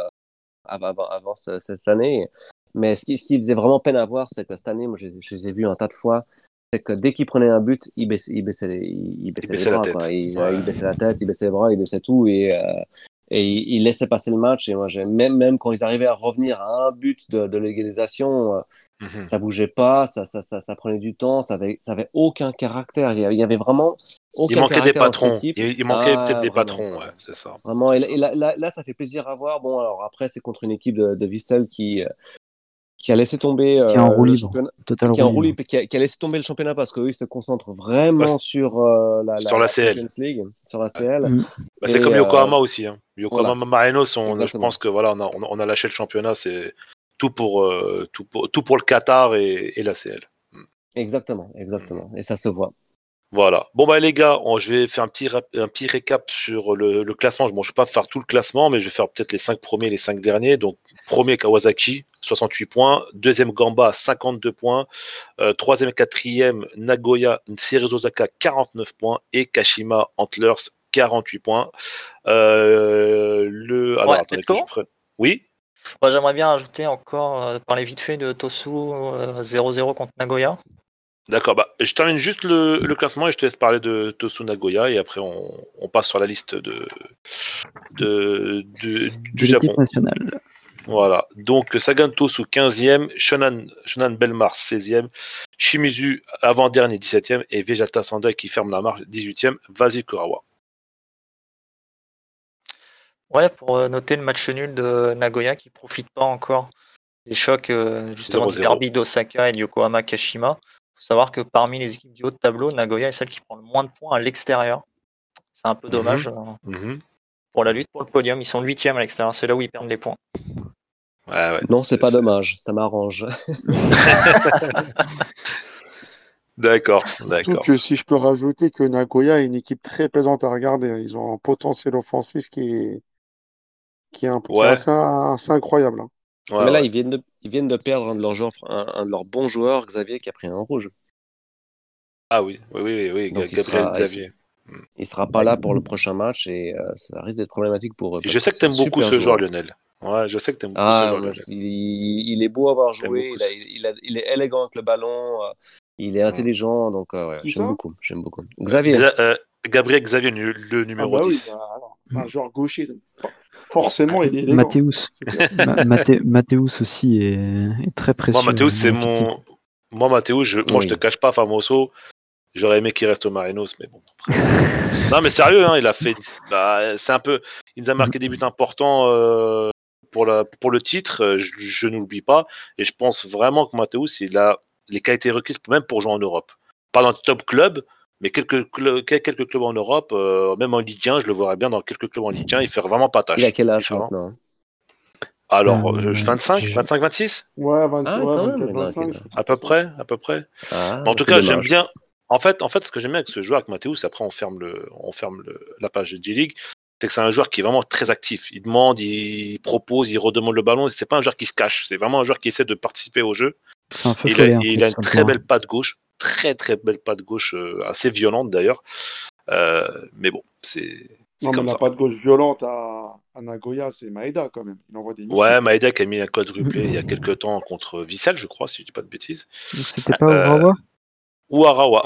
avant cette année. Mais ce qui faisait vraiment peine à voir, c'est que cette année, moi, je les ai vus un tas de fois. C'est que dès qu'ils prenaient un but, ils baissaient les bras, quoi. Ils baissaient la tête, ils baissaient les bras, ils baissaient tout et ils laissaient passer le match. Et moi, même quand ils arrivaient à revenir à un but de l'égalisation, ça bougeait pas, ça prenait du temps, ça avait aucun caractère. Il y avait vraiment aucun caractère. Des patrons. Il manquait peut-être des patrons, ouais, c'est ça. Vraiment, et là, ça fait plaisir à voir. Bon, alors après, c'est contre une équipe de Vissel qui a laissé tomber qui est en roue libre, qui a laissé tomber le championnat parce qu'eux ils se concentrent vraiment sur la CL. Champions League, sur la CL. C'est comme Yokohama aussi. Yokohama Marinos, je pense que voilà, on a lâché le championnat, c'est tout pour le Qatar et la CL. Exactement. Et ça se voit. Voilà. Bon les gars, je vais faire un petit récap sur le classement. Bon, je vais pas faire tout le classement, mais je vais faire peut-être les 5 premiers, les 5 derniers. Donc premier Kawasaki, 68 points. Deuxième Gamba, 52 points. Troisième et quatrième Nagoya Cerezo Osaka, 49 points. Et Kashima Antlers, 48 points. Oui. Moi, j'aimerais bien ajouter encore, parler vite fait de Tosu 0-0 contre Nagoya. D'accord, je termine juste le classement et je te laisse parler de Tosu Nagoya et après on passe sur la liste du Japon. Nationale. Voilà. Donc, Sagantosu 15e, Shonan Bellmare 16e, Shimizu avant-dernier 17e et Vegeta Sendai qui ferme la marche 18e. Vas-y, Kurawa. Ouais, pour noter le match nul de Nagoya qui profite pas encore des chocs justement 0-0. du derby d'Osaka et de Yokohama Kashima. Il faut savoir que parmi les équipes du haut de tableau, Nagoya est celle qui prend le moins de points à l'extérieur. C'est un peu dommage pour la lutte pour le podium. Ils sont 8e à l'extérieur, c'est là où ils perdent les points. Ouais. Non, c'est pas dommage, ça m'arrange. D'accord. Surtout que si je peux rajouter que Nagoya est une équipe très plaisante à regarder. Ils ont un potentiel offensif qui est assez incroyable. Hein. Mais là, ils viennent de perdre un de leurs bons joueurs, Xavier, qui a pris un rouge. Ah oui, Donc, Gabriel Xavier. Il sera pas là pour le prochain match et ça risque d'être problématique pour eux. Je sais que tu aimes beaucoup ce joueur, Lionel. Ouais, je sais que tu aimes beaucoup ce joueur, Lionel. Il est beau à avoir joué, il est élégant avec le ballon, il est intelligent, donc j'aime beaucoup. Xavier. Gabriel Xavier, le numéro 10. Oui, c'est un joueur gaucher. Donc forcément, il est élégant. Mathéus aussi est très précieux. Moi, Mathéus, je te cache pas, Famoso. J'aurais aimé qu'il reste au Marinos, mais bon. Non, mais sérieux, hein, il a fait. C'est un peu. Il nous a marqué des buts importants pour le titre. Je n'oublie pas. Et je pense vraiment que Mathéus, il a les qualités requises même pour jouer en Europe. Pas dans le top club, mais quelques clubs en Europe, même en Ligue 1, je le verrais bien dans quelques clubs en Ligue 1. Il fait vraiment pas tâche. Il a quel âge maintenant? Alors, 25, 26 Ouais, 24, 25. À peu près. En tout cas, j'aime bien. En fait, ce que j'aime bien avec ce joueur, avec Mathéus, après on ferme la page de G-League, c'est que c'est un joueur qui est vraiment très actif. Il demande, il propose, il redemande le ballon. C'est pas un joueur qui se cache. C'est vraiment un joueur qui essaie de participer au jeu. Il a une très belle patte gauche, très belle patte gauche, assez violente d'ailleurs. Mais bon, c'est comme ça. La patte gauche violente à Nagoya, c'est Maeda quand même. Il envoie des missiles. Ouais, Maeda qui a mis un quadruplé il y a quelques temps contre Vissel, je crois, si je dis pas de bêtises. Donc c'était pas Urawa Urawa.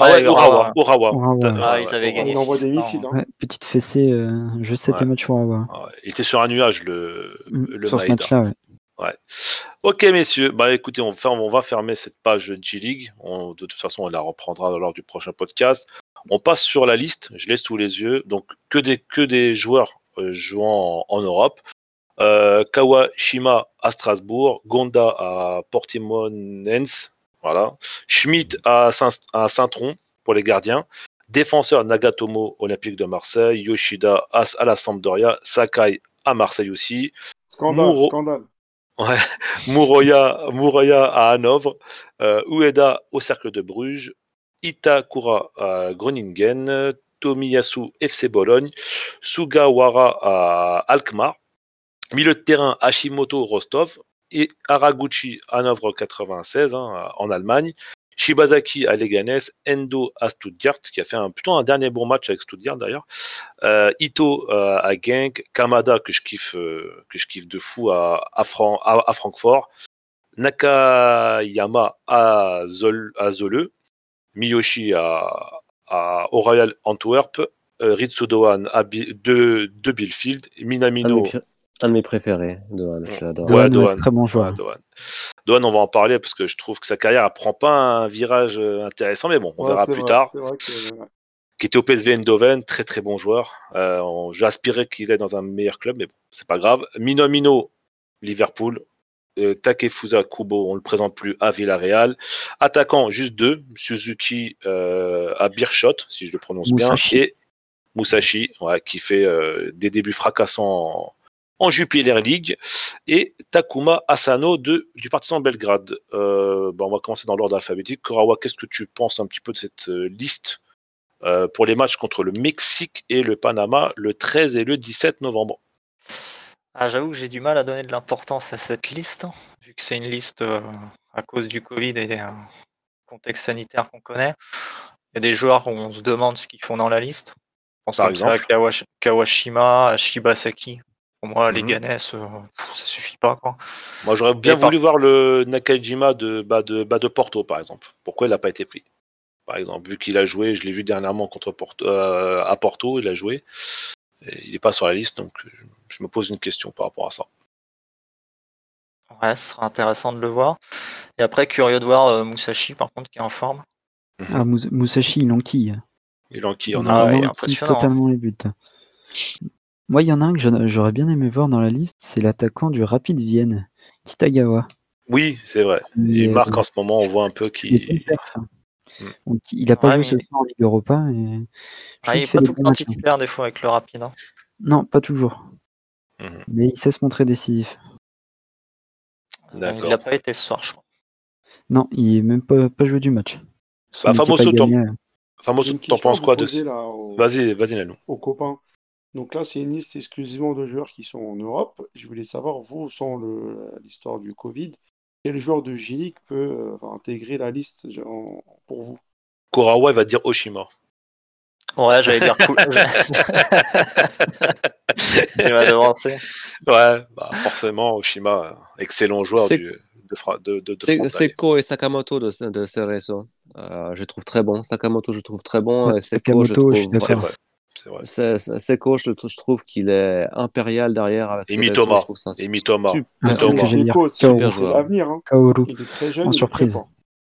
Urawa. Ils avaient gagné. Il envoie des missiles. Ouais, petite fessée, je sais tes matchs Urawa. Il était sur un nuage, le sur Maeda. Ce match-là, ouais. Ok, messieurs. Écoutez, on va fermer cette page G-League. De toute façon, on la reprendra lors du prochain podcast. On passe sur la liste. Je laisse sous les yeux. Donc, que des joueurs jouant en Europe. Kawashima à Strasbourg, Gonda à Portimonense, voilà. Schmidt à Saint-Tron pour les gardiens, défenseur Nagatomo Olympique de Marseille, Yoshida à la Sampdoria, Sakai à Marseille aussi, Scandale. Ouais. Muroya à Hanovre, Ueda au Cercle de Bruges, Itakura à Groningen, Tomiyasu FC Bologne, Sugawara à Alkmaar, milieu de terrain Hashimoto Rostov et Haraguchi Hanovre 96 en Allemagne, Shibazaki à Leganés, Endo à Stuttgart qui a fait plutôt un dernier bon match avec Stuttgart d'ailleurs, Ito à Genk, Kamada que je kiffe de fou à Francfort, Nakayama à Zole, Miyoshi au Royal Antwerp, Ritsudoan de Bielefeld, Minamino. Un de mes préférés, Doan, je l'adore. Doan, très bon joueur. Doan, on va en parler parce que je trouve que sa carrière ne prend pas un virage intéressant, mais bon, on verra plus tard. C'est vrai que... Qui était au PSV Eindhoven, très très bon joueur. J'aspirais qu'il est dans un meilleur club, mais bon, c'est pas grave. Minamino, Liverpool. Takefusa Kubo, on le présente plus à Villarreal. Attaquant, juste deux, Suzuki à Beerschot, si je le prononce Musashi. bien, et Musashi, qui fait des débuts fracassants en Jupiler League, et Takuma Asano du Partizan Belgrade. On va commencer dans l'ordre alphabétique. Kurawa, qu'est-ce que tu penses un petit peu de cette liste pour les matchs contre le Mexique et le Panama le 13 et le 17 novembre? J'avoue que j'ai du mal à donner de l'importance à cette liste, vu que c'est une liste à cause du Covid et du contexte sanitaire qu'on connaît. Il y a des joueurs où on se demande ce qu'ils font dans la liste. Je pense comme ça à Kawashima, à Shibasaki. Pour moi, les Leganés, ça suffit pas, quoi. Moi, j'aurais bien voulu voir le Nakajima de Porto, par exemple. Pourquoi il n'a pas été pris? Par exemple, vu qu'il a joué, je l'ai vu dernièrement à Porto, il a joué. Et il n'est pas sur la liste, donc je me pose une question par rapport à ça. Ouais, ce sera intéressant de le voir. Et après, curieux de voir Musashi, par contre, qui est en forme. Ah, Musashi, il enquille. Il enquille, Il est enquille impressionnant. totalement les buts. Moi, il y en a un que j'aurais bien aimé voir dans la liste, c'est l'attaquant du Rapid Vienne, Kitagawa. Oui, c'est vrai. Il marque en ce moment, on voit un peu qu'il... Il n'a pas joué ce soir en Ligue Europa. Et il n'est pas tout le temps titulaire des fois avec le Rapid. Hein. Non, pas toujours. Mais il sait se montrer décisif. Il n'a pas été ce soir, je crois. Non, il n'est même pas joué du match. Famoso, t'en penses quoi de ça? Vas-y, Nanou. Aux copains. Donc là, c'est une liste exclusivement de joueurs qui sont en Europe. Je voulais savoir, vous, sans l'histoire du Covid, quel joueur de J-League peut intégrer la liste pour vous? Korawa, il va dire Oshima. Ouais, j'allais dire cool. Il va devancer. Ouais, forcément, Oshima, excellent joueur de Seko et Sakamoto de Cerezo. Je trouve très bon. Sakamoto, je trouve très bon. Ouais, Sakamoto, je suis d'accord. C'est vrai. Seko, je trouve qu'il est impérial derrière avec Mitoma. Super joueur. L'avenir, hein. Kaoru. Il est très jeune. En surprise.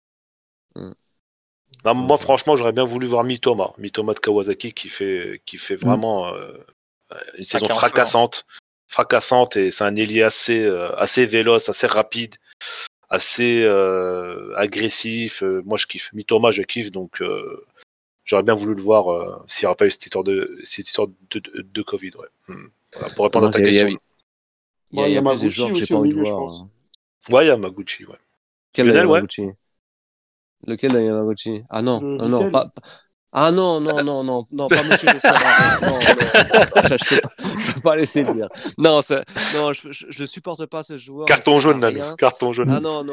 Non, moi, franchement, j'aurais bien voulu voir Mitoma de Kawasaki qui fait vraiment une saison fracassante, et c'est un ailier assez véloce, assez rapide, assez agressif. Moi, je kiffe. Mitoma, je kiffe, donc j'aurais bien voulu le voir s'il n'y aura pas eu cette histoire de Covid. Ouais. Voilà, pour répondre à ta question. Il y a plus de joueurs que j'ai pas envie de voir. Ouais, il y a Yamaguchi, ouais. Quel Yamaguchi? Lequel de Yamaguchi? Ah non, non, pas. Ah non, pas Monsieur Vissel. Non, je peux pas laisser dire. Non, je supporte pas ce joueur. Carton jaune, Nanou. Carton jaune. Ah non,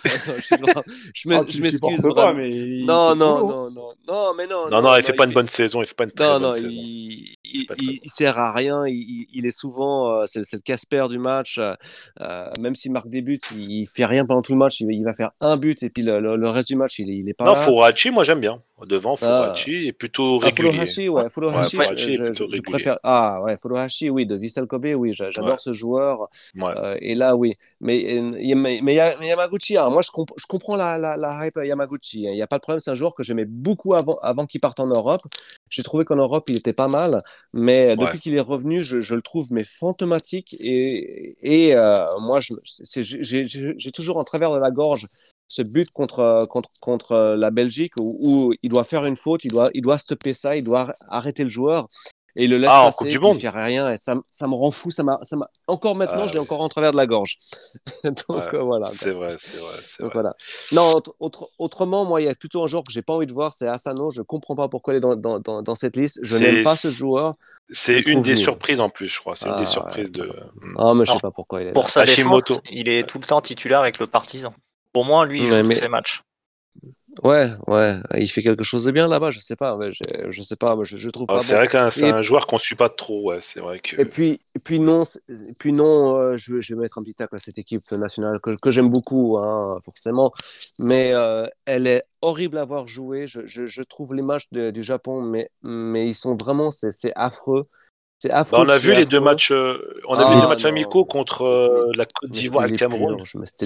je m'excuse vraiment. Mais non, il fait pas une bonne saison, il fait pas une très bonne saison. Il sert à rien. Il est souvent, c'est le Casper du match. Même s'il marque des buts, il fait rien pendant tout le match. Il va faire un but et puis le reste du match, il est pas là. Non, Furuhachi, moi j'aime bien. Devant, Furuhachi est plutôt régulier. Furuhachi, je préfère. Ah ouais, Furuhachi, oui, de Vissel Kobe, oui, j'adore ce joueur. Ouais. Et là, oui. Mais Yamaguchi, moi je comprends la hype Yamaguchi. Il n'y a pas de problème, c'est un joueur que j'aimais beaucoup avant qu'il parte en Europe. J'ai trouvé qu'en Europe, il était pas mal, mais depuis qu'il est revenu, je le trouve fantomatique. Et moi, j'ai toujours en travers de la gorge ce but contre la Belgique où il doit faire une faute, il doit stopper ça, il doit arrêter le joueur et il le laisse passer, il ne fait rien et ça me rend fou, ça m'a encore maintenant, je l'ai encore en travers de la gorge. Donc voilà. C'est vrai. Donc, voilà. Non, autrement, moi, il y a plutôt un joueur que j'ai pas envie de voir, c'est Asano. Je comprends pas pourquoi il est dans cette liste. Je n'aime pas ce joueur. C'est une des surprises en plus, je crois. C'est une des surprises de. Ah, mais je sais pas pourquoi il est là. Pour sa défense, il est tout le temps titulaire avec le Partizan. Pour moi, lui, il joue tous ses matchs. Ouais, il fait quelque chose de bien là-bas, je sais pas, je sais pas, je trouve pas. C'est vrai que c'est un joueur qu'on suit pas trop, ouais, c'est vrai que. Et puis non, je vais mettre un petit tacle à cette équipe nationale que j'aime beaucoup, hein, forcément, mais elle est horrible à voir jouer. Je trouve les matchs du Japon, mais ils sont vraiment, c'est affreux. C'est affreux. On a vu les deux matchs, deux matchs amicaux contre la Côte d'Ivoire et le Cameroun.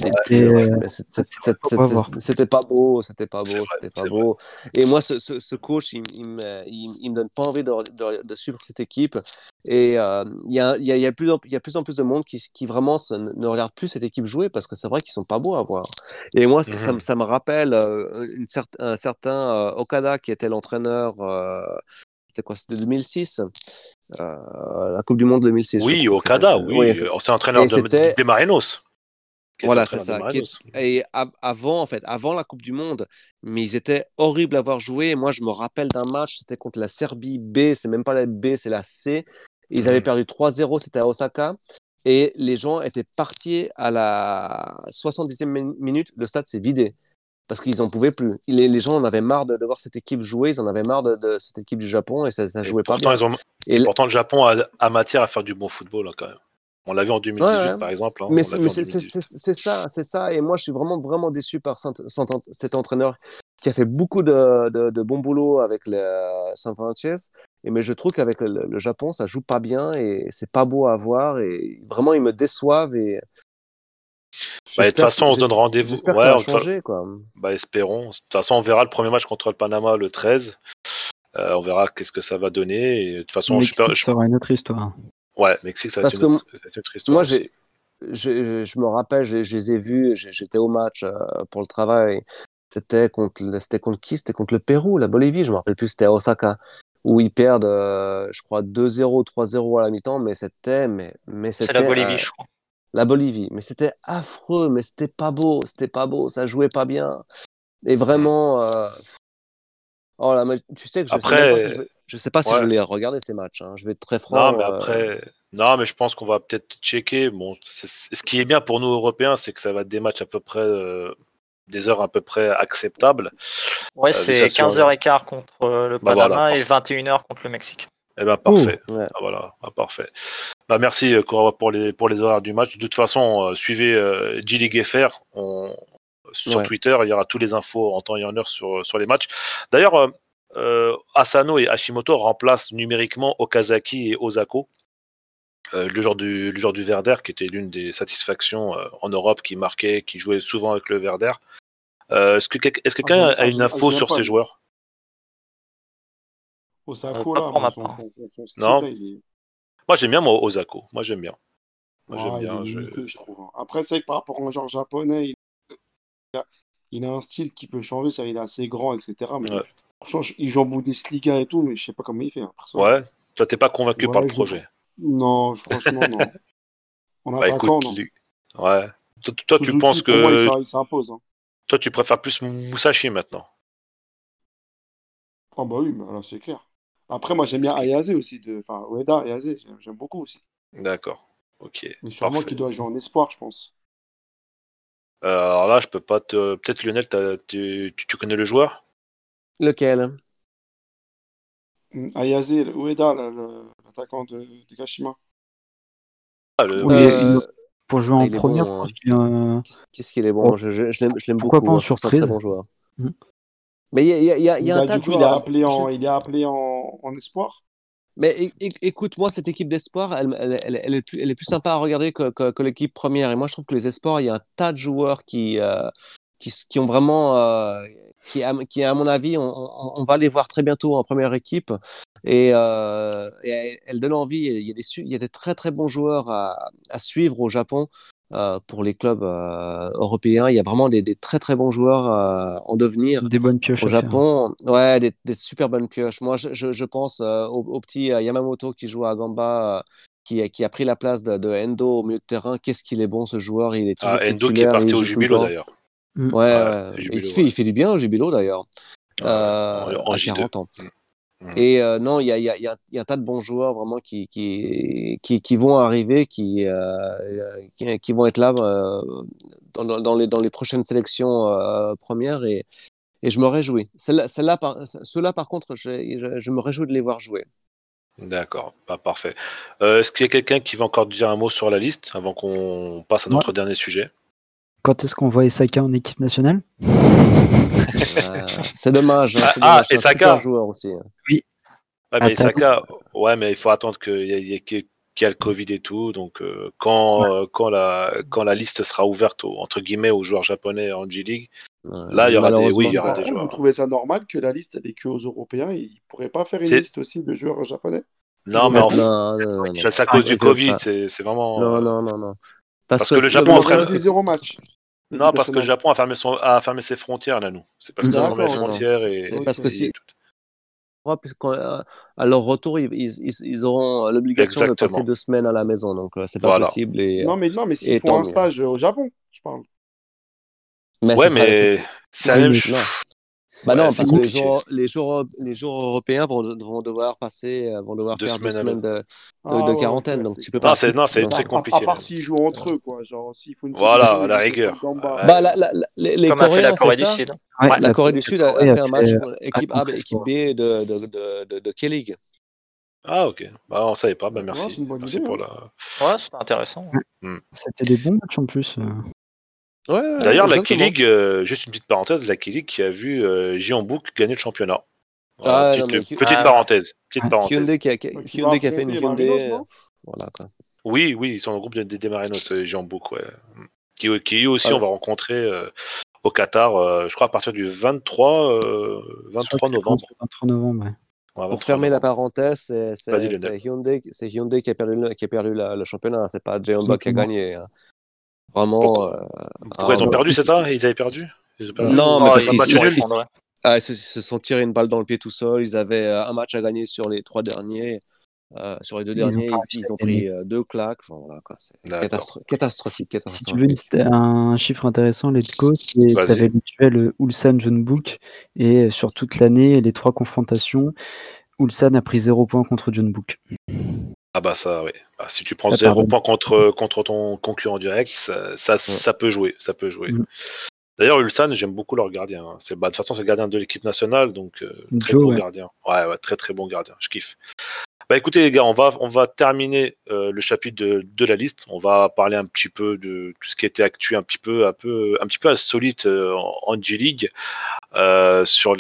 C'était pas beau. Et moi, ce coach, il me donne pas envie de suivre cette équipe. Et il y a plus en plus de monde qui vraiment ne regarde plus cette équipe jouer parce que c'est vrai qu'ils sont pas beaux à voir. Et moi, ça me rappelle un certain Okada qui était l'entraîneur. C'était 2006 la Coupe du Monde 2006. Oui, Okada, c'est entraîneur des Marinos. Voilà, c'est ça. Et avant la Coupe du Monde, mais ils étaient horribles à voir jouer. Moi, je me rappelle d'un match, c'était contre la Serbie B, c'est même pas la B, c'est la C. Ils avaient perdu 3-0, c'était à Osaka. Et les gens étaient partis à la 70e minute, le stade s'est vidé. Parce qu'ils n'en pouvaient plus. Les gens en avaient marre de voir cette équipe jouer, ils en avaient marre de cette équipe du Japon et ça jouait pas bien. Pourtant, le Japon a matière à faire du bon football, hein, quand même. On l'a vu en 2018, par exemple. Hein, mais c'est ça. Et moi, je suis vraiment, vraiment déçu par cet entraîneur qui a fait beaucoup de bon boulot avec le San Francisco. Mais je trouve qu'avec le Japon, ça joue pas bien et c'est pas beau à voir. Et vraiment, ils me déçoivent. De toute façon, on se donne rendez-vous. J'espère que ça va changer, quoi. Espérons. De toute façon, on verra le premier match contre le Panama le 13. On verra qu'est-ce que ça va donner. Et de toute façon, Mexique, ça aura une autre histoire. Ouais, Mexique, ça va être une autre histoire. Moi, je me rappelle, je les ai vus, j'étais au match pour le travail. C'était contre qui? C'était contre le Pérou, la Bolivie, je me rappelle plus, c'était à Osaka, où ils perdent, je crois, 2-0, 3-0 à la mi-temps, mais c'était... C'est la Bolivie, je crois. La Bolivie, mais c'était affreux, mais c'était pas beau, ça jouait pas bien. Et vraiment... Oh là, mais tu sais que je sais pas si je vais les regarder ces matchs, hein. Je vais être très franc. Non, mais après... Non, mais je pense qu'on va peut-être checker. Bon, ce qui est bien pour nous Européens, c'est que ça va être des matchs à peu près des heures à peu près acceptables. Ouais, c'est 15h15 contre le Panama et 21h contre le Mexique. Eh ben parfait. Ouais. Voilà, parfait. Merci Korawa pour les horaires du match. De toute façon, suivez G-League FR sur Twitter. Il y aura tous les infos en temps et en heure sur les matchs. D'ailleurs, Asano et Hashimoto remplacent numériquement Okazaki et Osako. Le joueur du Werder, qui était l'une des satisfactions en Europe, qui marquait, qui jouait souvent avec le Werder. Est-ce que quelqu'un a une info sur ces joueurs? Osako, là, son style, non. Là, il est... Moi, j'aime bien Osako. Moi, j'aime bien. Je trouve. Après, c'est vrai que par rapport à un joueur japonais, il a un style qui peut changer, ça, il est assez grand, etc. Mais franchement, il joue en Bundesliga et tout, mais je sais pas comment il fait. Hein, ouais, toi, t'es pas convaincu par le projet? Non, franchement, non. En attaquant, non. Ouais. Toi, tu penses que... Moi, il s'impose. Hein. Toi, tu préfères plus Musashi maintenant? Ah bah oui, mais là, c'est clair. Après, moi, j'aime bien Ayase aussi. Enfin, Ueda, Ayase, j'aime beaucoup aussi. D'accord. Ok. Mais sûrement qu'il doit jouer en espoir, je pense. Alors là, je peux pas te... Peut-être, Lionel, tu connais le joueur? Lequel? Ayase, Ueda, l'attaquant de Kashima. Pour jouer en première, qu'est-ce qu'il est bon? Je l'aime beaucoup. Pourquoi pas en surprise? Très bon joueur. Mais il y a un tas de joueurs. Il est appelé en espoir. Mais écoute, moi, cette équipe d'espoir, elle est plus sympa à regarder que l'équipe première. Et moi, je trouve que les espoirs, il y a un tas de joueurs qui ont vraiment, qui à mon avis, on va les voir très bientôt en première équipe. Et elle donne envie. Il y a des très très bons joueurs à suivre au Japon. Pour les clubs européens, il y a vraiment des très très bons joueurs en devenir. Des bonnes pioches au Japon. Ouais, des super bonnes pioches. Moi, je pense au petit Yamamoto qui joue à Gamba, qui a pris la place de Endo au milieu de terrain. Qu'est-ce qu'il est bon ce joueur! Il est toujours Endo qui est parti au Jubilo d'ailleurs. Ouais, il fait du bien au Jubilo d'ailleurs. À 40 ans. Et non, il y a un tas de bons joueurs vraiment qui vont arriver, qui vont être là dans les prochaines sélections premières et je me réjouis. Ceux-là, par contre, je me réjouis de les voir jouer. D'accord, parfait. Est-ce qu'il y a quelqu'un qui va encore dire un mot sur la liste avant qu'on passe à notre dernier sujet? Quand est-ce qu'on voit Esaka en équipe nationale? C'est dommage. C'est Esaka, un super joueur aussi. Oui. Ouais, mais Esaka, mais il faut attendre qu'il y ait le Covid et tout. Donc, quand la liste sera ouverte entre guillemets aux joueurs japonais en G-League, là il y aura des joueurs. Vous trouvez ça normal que la liste elle est que aux Européens? Ils pourraient pas faire une liste aussi de joueurs japonais? Non, mais c'est à cause du Covid. C'est vraiment. Non. Parce que le Japon a fermé ses 0 matchs. Non, parce que le Japon a fermé ses frontières là, nous. C'est parce qu'ils ont fermé les frontières et. C'est parce que si. À leur retour, ils auront l'obligation de passer 2 semaines à la maison, donc c'est pas possible. Non, mais s'ils font un stage au Japon, je parle. Mais c'est la même chose. Bah non, parce que les joueurs européens vont devoir faire 2 semaines de quarantaine, donc tu peux pas. Non, c'est très compliqué. À part s'ils jouent entre eux, quoi. Genre, s'ils font une à la rigueur. Les Comme a fait la Corée du Sud. La Corée du Sud a fait un match équipe A et équipe B de K-League. Ah, ok. On savait pas. Merci. Merci pour la. Ouais, c'était intéressant. C'était des bons matchs en plus. D'ailleurs, la K-League, juste une petite parenthèse, la K-League qui a vu Jeonbuk gagner le championnat. Petite parenthèse. Hyundai qui a fait une Hyundai. Voilà, quoi. Oui, ils sont au groupe des Marinos, Jeonbuk, qui eux aussi on va rencontrer au Qatar, je crois à partir du 23 novembre. 23 novembre, ouais. Ouais, Pour fermer la parenthèse, Vas-y, c'est Hyundai qui a perdu le championnat, c'est pas Honda qui a gagné. Vraiment. Pourquoi ils ont perdu, c'est ça? Ils avaient perdu? Non, mais parce qu'ils ils se sont tirés une balle dans le pied tout seuls. Ils avaient un match à gagner sur les 3 derniers. Sur les 2 derniers, ils ont pris 2 claques. Enfin, voilà, quoi. C'est catastrophique. Si tu veux un chiffre intéressant, Letco, tu avais le Ulsan John Book, et sur toute l'année, les 3 confrontations, Ulsan a pris 0 points contre John Book. Ah bah ça, oui. Bah, si tu prends 0 points contre ton concurrent direct, ça peut jouer. D'ailleurs, Ulsan, j'aime beaucoup leur gardien. Hein. De toute façon, c'est le gardien de l'équipe nationale, donc très bon gardien. Ouais, très très bon gardien. Je kiffe. Bah écoutez les gars, on va terminer le chapitre de la liste. On va parler un petit peu de tout ce qui était actu, un petit peu insolite en G-League, sur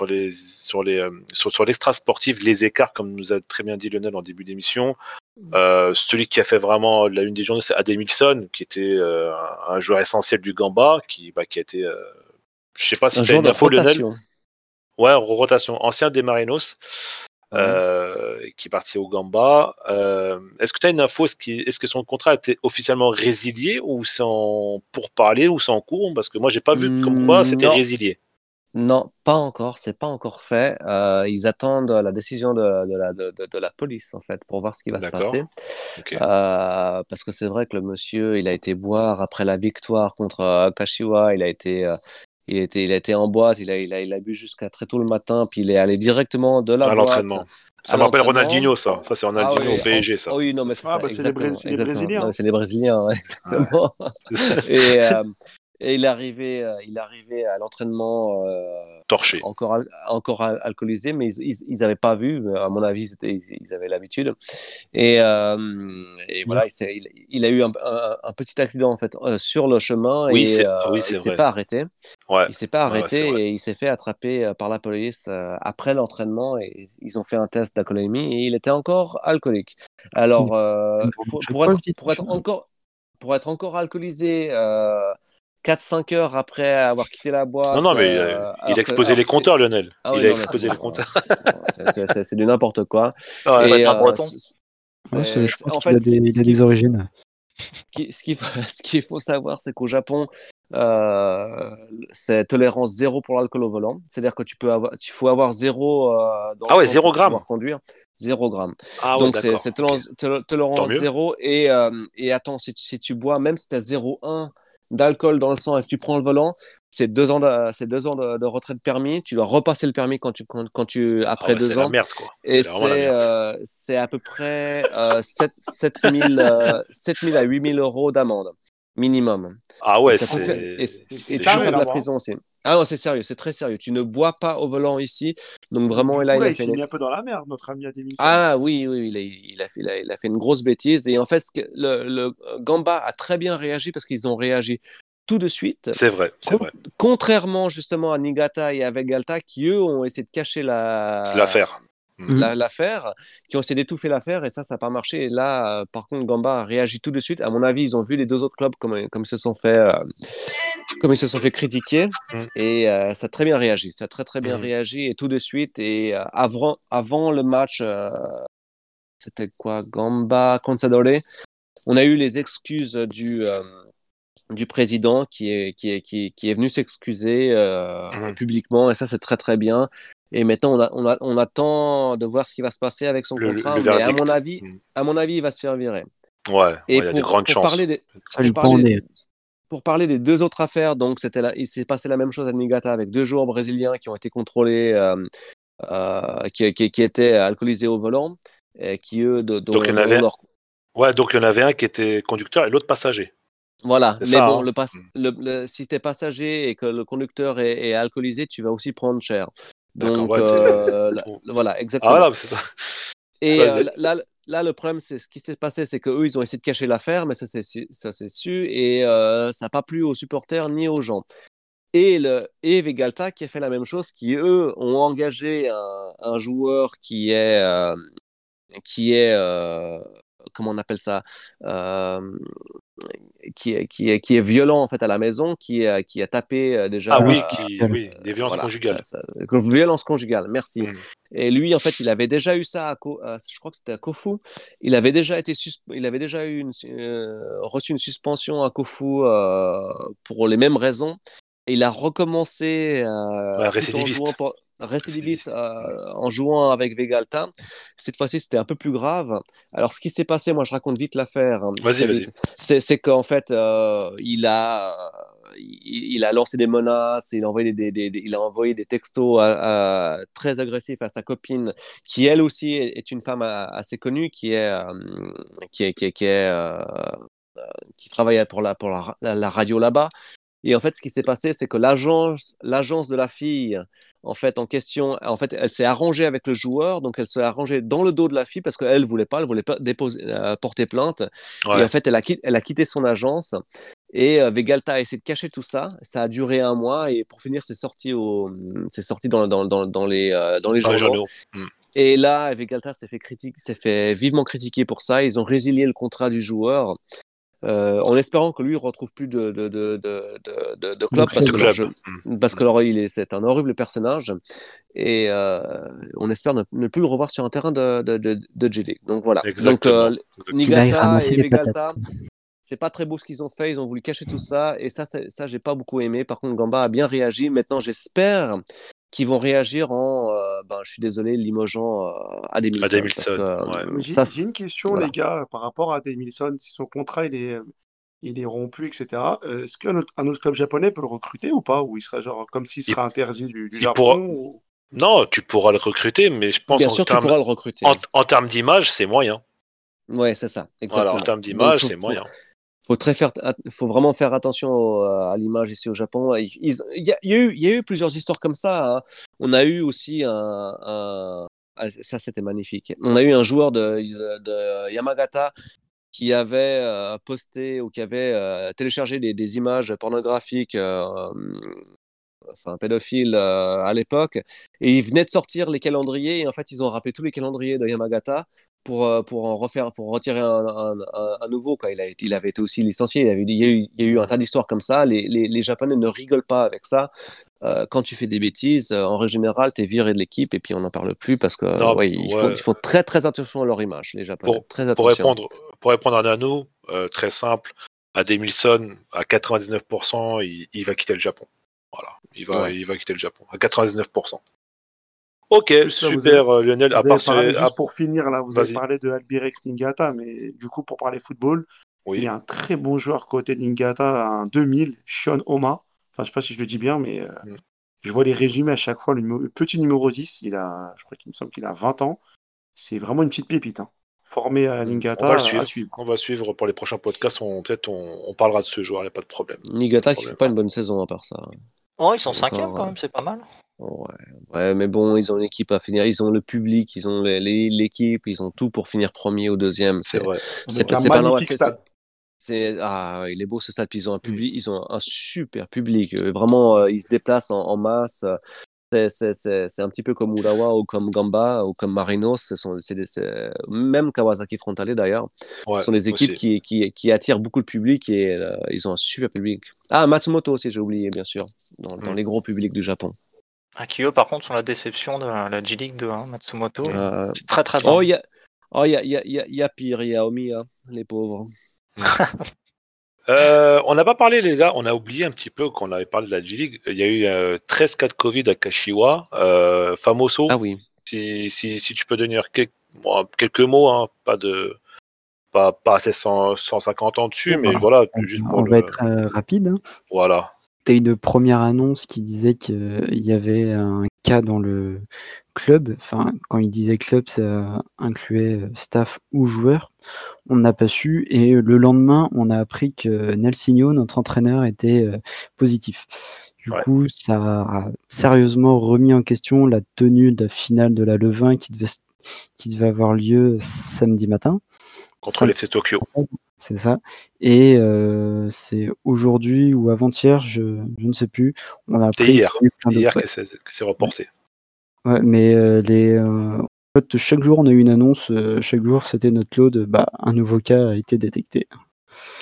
l'extra sportif, les écarts, comme nous a très bien dit Lionel en début d'émission. Celui qui a fait vraiment la une des journées, c'est Ademilson, qui était un joueur essentiel du Gamba, qui a été, je sais pas si tu as une info, Lionel. Ouais, rotation, ancien des Marinos. Qui est parti au Gamba. Est-ce que tu as une info? Est-ce que son contrat a été officiellement résilié, ou c'est en pourparlers, ou c'est en cours? Parce que moi, j'ai pas vu comme quoi c'était résilié. Non, pas encore. C'est pas encore fait. Ils attendent la décision de la police, en fait, pour voir ce qui va se passer. Okay. Parce que c'est vrai que le monsieur, il a été boire après la victoire contre Kashiwa. Il a été en boîte, il a bu jusqu'à très tôt le matin, puis il est allé directement de la boîte l'entraînement. Ça me rappelle Ronaldinho, ça. Ça, c'est Ronaldinho au PSG, ça. Oui, non, mais c'est ça. C'est les Brésiliens. Non, c'est les Brésiliens, exactement. Et il est arrivé à l'entraînement torché, encore alcoolisé, mais ils n'avaient pas vu. À mon avis, ils avaient l'habitude. Et voilà, il a eu un petit accident en fait sur le chemin, et il s'est pas arrêté. Ouais. Il s'est pas arrêté, et il s'est fait attraper par la police après l'entraînement, et ils ont fait un test d'alcoolémie et il était encore alcoolique. Alors pour être encore alcoolisé 4-5 heures après avoir quitté la boîte. Non, mais il a explosé les compteurs, Lionel. Il a explosé les compteurs. C'est du n'importe quoi. Et un breton. Je pense qu'il a des origines. Ce qu'il faut savoir, c'est qu'au Japon, c'est tolérance 0 pour l'alcool au volant. C'est-à-dire que il faut avoir 0 dans le sang 0 grammes. Pour pouvoir conduire. 0 grammes. Donc c'est tolérance 0. Et attends, si tu bois, même si tu as 0,1 d'alcool dans le sang et que tu prends le volant, c'est 2 ans de retrait de permis. Tu dois repasser le permis après 2 ans. C'est la merde, quoi. Et c'est à peu près 7 000 à 8 000 euros d'amende minimum. Ah ouais, et tu fais de la prison aussi. Ah non, c'est sérieux, c'est très sérieux. Tu ne bois pas au volant ici. Donc vraiment, là, il s'est mis un peu dans la merde, notre ami Ademilson. Ah oui, il a fait une grosse bêtise. Et en fait, le Gamba a très bien réagi, parce qu'ils ont réagi tout de suite. C'est vrai. Contrairement justement à Niigata et à Vegalta, qui eux ont essayé de cacher l'affaire. L'affaire, qui ont essayé d'étouffer l'affaire, et ça n'a pas marché. Et là, par contre, Gamba a réagi tout de suite. À mon avis, ils ont vu les 2 autres clubs comme ils se sont fait critiquer, et ça a très bien réagi. Ça a très bien réagi, et tout de suite. Et avant le match, c'était quoi, Gamba Consadole, on a eu les excuses du président qui est venu s'excuser publiquement, et ça c'est très très bien. Et maintenant on attend de voir ce qui va se passer avec son contrat, mais à mon avis il va se faire virer. Ouais, et il y a de grandes chances. Pour parler des 2 autres affaires, donc il s'est passé la même chose à Niigata, avec 2 joueurs brésiliens qui ont été contrôlés, qui étaient alcoolisés au volant, et qui eux donc il y en avait un qui était conducteur et l'autre passager. Voilà, mais ça, bon, si tu es passager et que le conducteur est alcoolisé, tu vas aussi prendre cher. Donc, voilà, exactement. Ah, voilà, c'est ça. Et là, le problème, c'est ce qui s'est passé, c'est qu'eux, ils ont essayé de cacher l'affaire, mais ça c'est su, et ça n'a pas plu aux supporters ni aux gens. Et Vegalta qui a fait la même chose, qui eux ont engagé un joueur qui est comment on appelle ça, est violent en fait à la maison, qui a tapé déjà. Ah oui, des violences voilà, conjugales. Violence conjugale, merci. Et lui, en fait, il avait déjà eu ça, je crois que c'était à Kofu. Il avait déjà reçu une suspension à Kofu pour les mêmes raisons. Et il a recommencé récidiviste en jouant avec Vegalta. Cette fois-ci, c'était un peu plus grave. Alors, ce qui s'est passé, moi, je raconte vite l'affaire. Vas-y. C'est qu'en fait, il a lancé des menaces, il a envoyé des textos très agressifs à sa copine, qui elle aussi est une femme assez connue, qui travaille pour la radio là-bas. Et en fait, ce qui s'est passé, c'est que l'agence de la fille, en fait, en question, elle s'est arrangée avec le joueur, donc elle s'est arrangée dans le dos de la fille parce qu'elle voulait pas porter plainte. Ouais. Et en fait, elle a quitté son agence. Et Vegalta a essayé de cacher tout ça. Ça a duré 1 mois et pour finir, c'est sorti dans les journaux. Et là, Vegalta s'est fait vivement critiquer pour ça. Ils ont résilié le contrat du joueur. En espérant que lui retrouve plus de club parce que c'est un horrible personnage et on espère ne plus le revoir sur un terrain de G-League. Donc voilà. Exactement. Donc Niigata et Vegalta, c'est pas très beau ce qu'ils ont fait. Ils ont voulu cacher tout ça et ça j'ai pas beaucoup aimé. Par contre, Gamba a bien réagi. Maintenant, j'espère qu'ils vont réagir je suis désolé, limogeant Ademilson. J'ai une question, les gars, par rapport à Ademilson. Si son contrat il est rompu, etc., est-ce qu'un autre club japonais peut le recruter ou pas? Ou il serait genre comme s'il serait interdit du Japon Non, tu pourras le recruter, mais je pense bien sûr, tu pourras le recruter. En termes d'image, c'est moyen. Ouais, c'est ça, exactement. Voilà, en termes d'image, c'est moyen. Faut vraiment faire attention à l'image ici au Japon. Il y a eu plusieurs histoires comme ça. Hein. On a eu aussi ça c'était magnifique. On a eu un joueur de Yamagata qui avait posté ou qui avait téléchargé des images pornographiques, pédophiles à l'époque, et il venait de sortir les calendriers. Et en fait, ils ont rappelé tous les calendriers de Yamagata pour retirer un nouveau. Quoi. Il avait été aussi licencié. Il y a eu un tas d'histoires comme ça. Les Japonais ne rigolent pas avec ça. Quand tu fais des bêtises, en règle générale, tu es viré de l'équipe et puis on n'en parle plus parce que ils font très très attention à leur image, les Japonais. Pour répondre à Nano, très simple, Ademilson, à 99%, il va quitter le Japon. Voilà, il va quitter le Japon, à 99%. Ok, super Lionel. Juste pour finir, là, vous avez parlé de Albirex Niigata, mais du coup, pour parler football, il y a un très bon joueur côté Niigata, un 2000, Shion Oma. Enfin, je sais pas si je le dis bien, mais je vois les résumés à chaque fois. Le petit numéro 10, je crois qu'il me semble qu'il a 20 ans. C'est vraiment une petite pépite. Hein. Formé à Niigata, à suivre. On va suivre pour les prochains podcasts. Peut-être on parlera de ce joueur, il n'y a pas de problème. Niigata qui fait pas une bonne saison à part ça. Oh, ils sont 5e quand même, c'est pas mal. Ouais, mais bon, ils ont une équipe à finir, ils ont le public, ils ont l'équipe, ils ont tout pour finir premier ou deuxième. C'est vrai. C'est pas normal. Il est beau ce stade, puis ils ont un public, ils ont un super public. Vraiment, ils se déplacent en masse. C'est un petit peu comme Urawa ou comme Gamba ou comme Marinos. Même Kawasaki Frontale d'ailleurs. Ce sont des équipes qui attirent beaucoup de public et ils ont un super public. Ah, Matsumoto aussi, j'ai oublié, bien sûr, dans les gros publics du Japon. Qui eux, par contre, sont la déception de la G-League 2, hein, Matsumoto. C'est très très bon. Il y a pire, il y a Omiya, les pauvres. On n'a pas parlé, les gars, on a oublié un petit peu qu'on avait parlé de la G-League. Il y a eu 13 cas de Covid à Kashiwa. Famoso, si tu peux donner quelques mots, hein, pas assez 150 ans dessus, mais voilà. On va être rapide. Hein. Voilà. Tu as une première annonce qui disait qu'il y avait un cas dans le club. Enfin, quand il disait club, ça incluait staff ou joueurs. On n'a pas su. Et le lendemain, on a appris que Nelsinho, notre entraîneur, était positif. Du coup, ça a sérieusement remis en question la tenue de la finale de la Levin qui devait avoir lieu samedi matin. Contre l'FC Tokyo. C'est ça. Et c'est aujourd'hui ou avant-hier, je ne sais plus. On a appris hier que c'est reporté. Ouais, mais en fait, chaque jour, on a eu une annonce. Chaque jour, c'était notre lot de un nouveau cas a été détecté.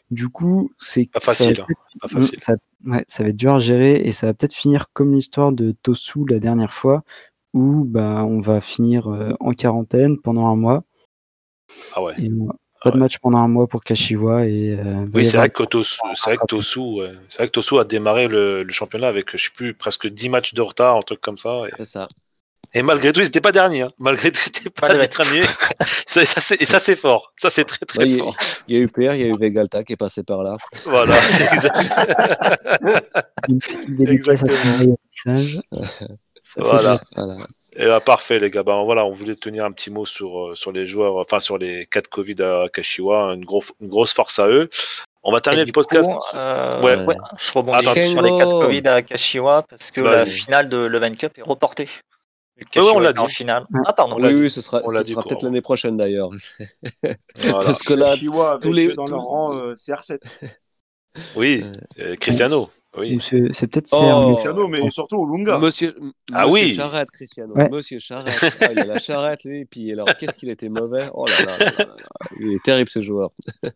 Du coup, c'est Pas facile. Pas facile. ça va être dur à gérer et ça va peut-être finir comme l'histoire de Tosu la dernière fois où on va finir en quarantaine pendant un mois. Ah ouais. Et pas de match pendant un mois pour Kashiwa et oui, c'est vrai que Tosu a démarré le championnat avec, je sais plus, presque 10 matchs de retard, un truc comme ça. C'est ça. Et malgré tout, ils n'étaient pas derniers. Hein. Malgré tout, ils n'étaient pas derniers. Ça, c'est fort. Ça, c'est très, très fort. Il y a eu PR, il y a eu Vegalta qui est passé par là. Voilà, c'est exact. Une petite dédicace à son message. Voilà. Et parfait, les gars. Voilà, on voulait tenir un petit mot sur les joueurs, enfin, sur les cas de Covid à Kashiwa. Une grosse force à eux. On va terminer le podcast. Je rebondis sur les cas de Covid à Kashiwa parce que la finale de l'Even Cup est reportée. On l'a dit en finale. Ah pardon. Oui, ce sera peut-être l'année prochaine d'ailleurs. Voilà. Parce que là, tous les dans leur rang CR7. Oui, Cristiano. Oui. C'est peut-être Cristiano, mais surtout Olunga. Monsieur Charrette, Cristiano. Ouais. Monsieur Charrette. Il a la charrette, lui. Et puis, alors, qu'est-ce qu'il était mauvais. Oh là là. Il est terrible, ce joueur.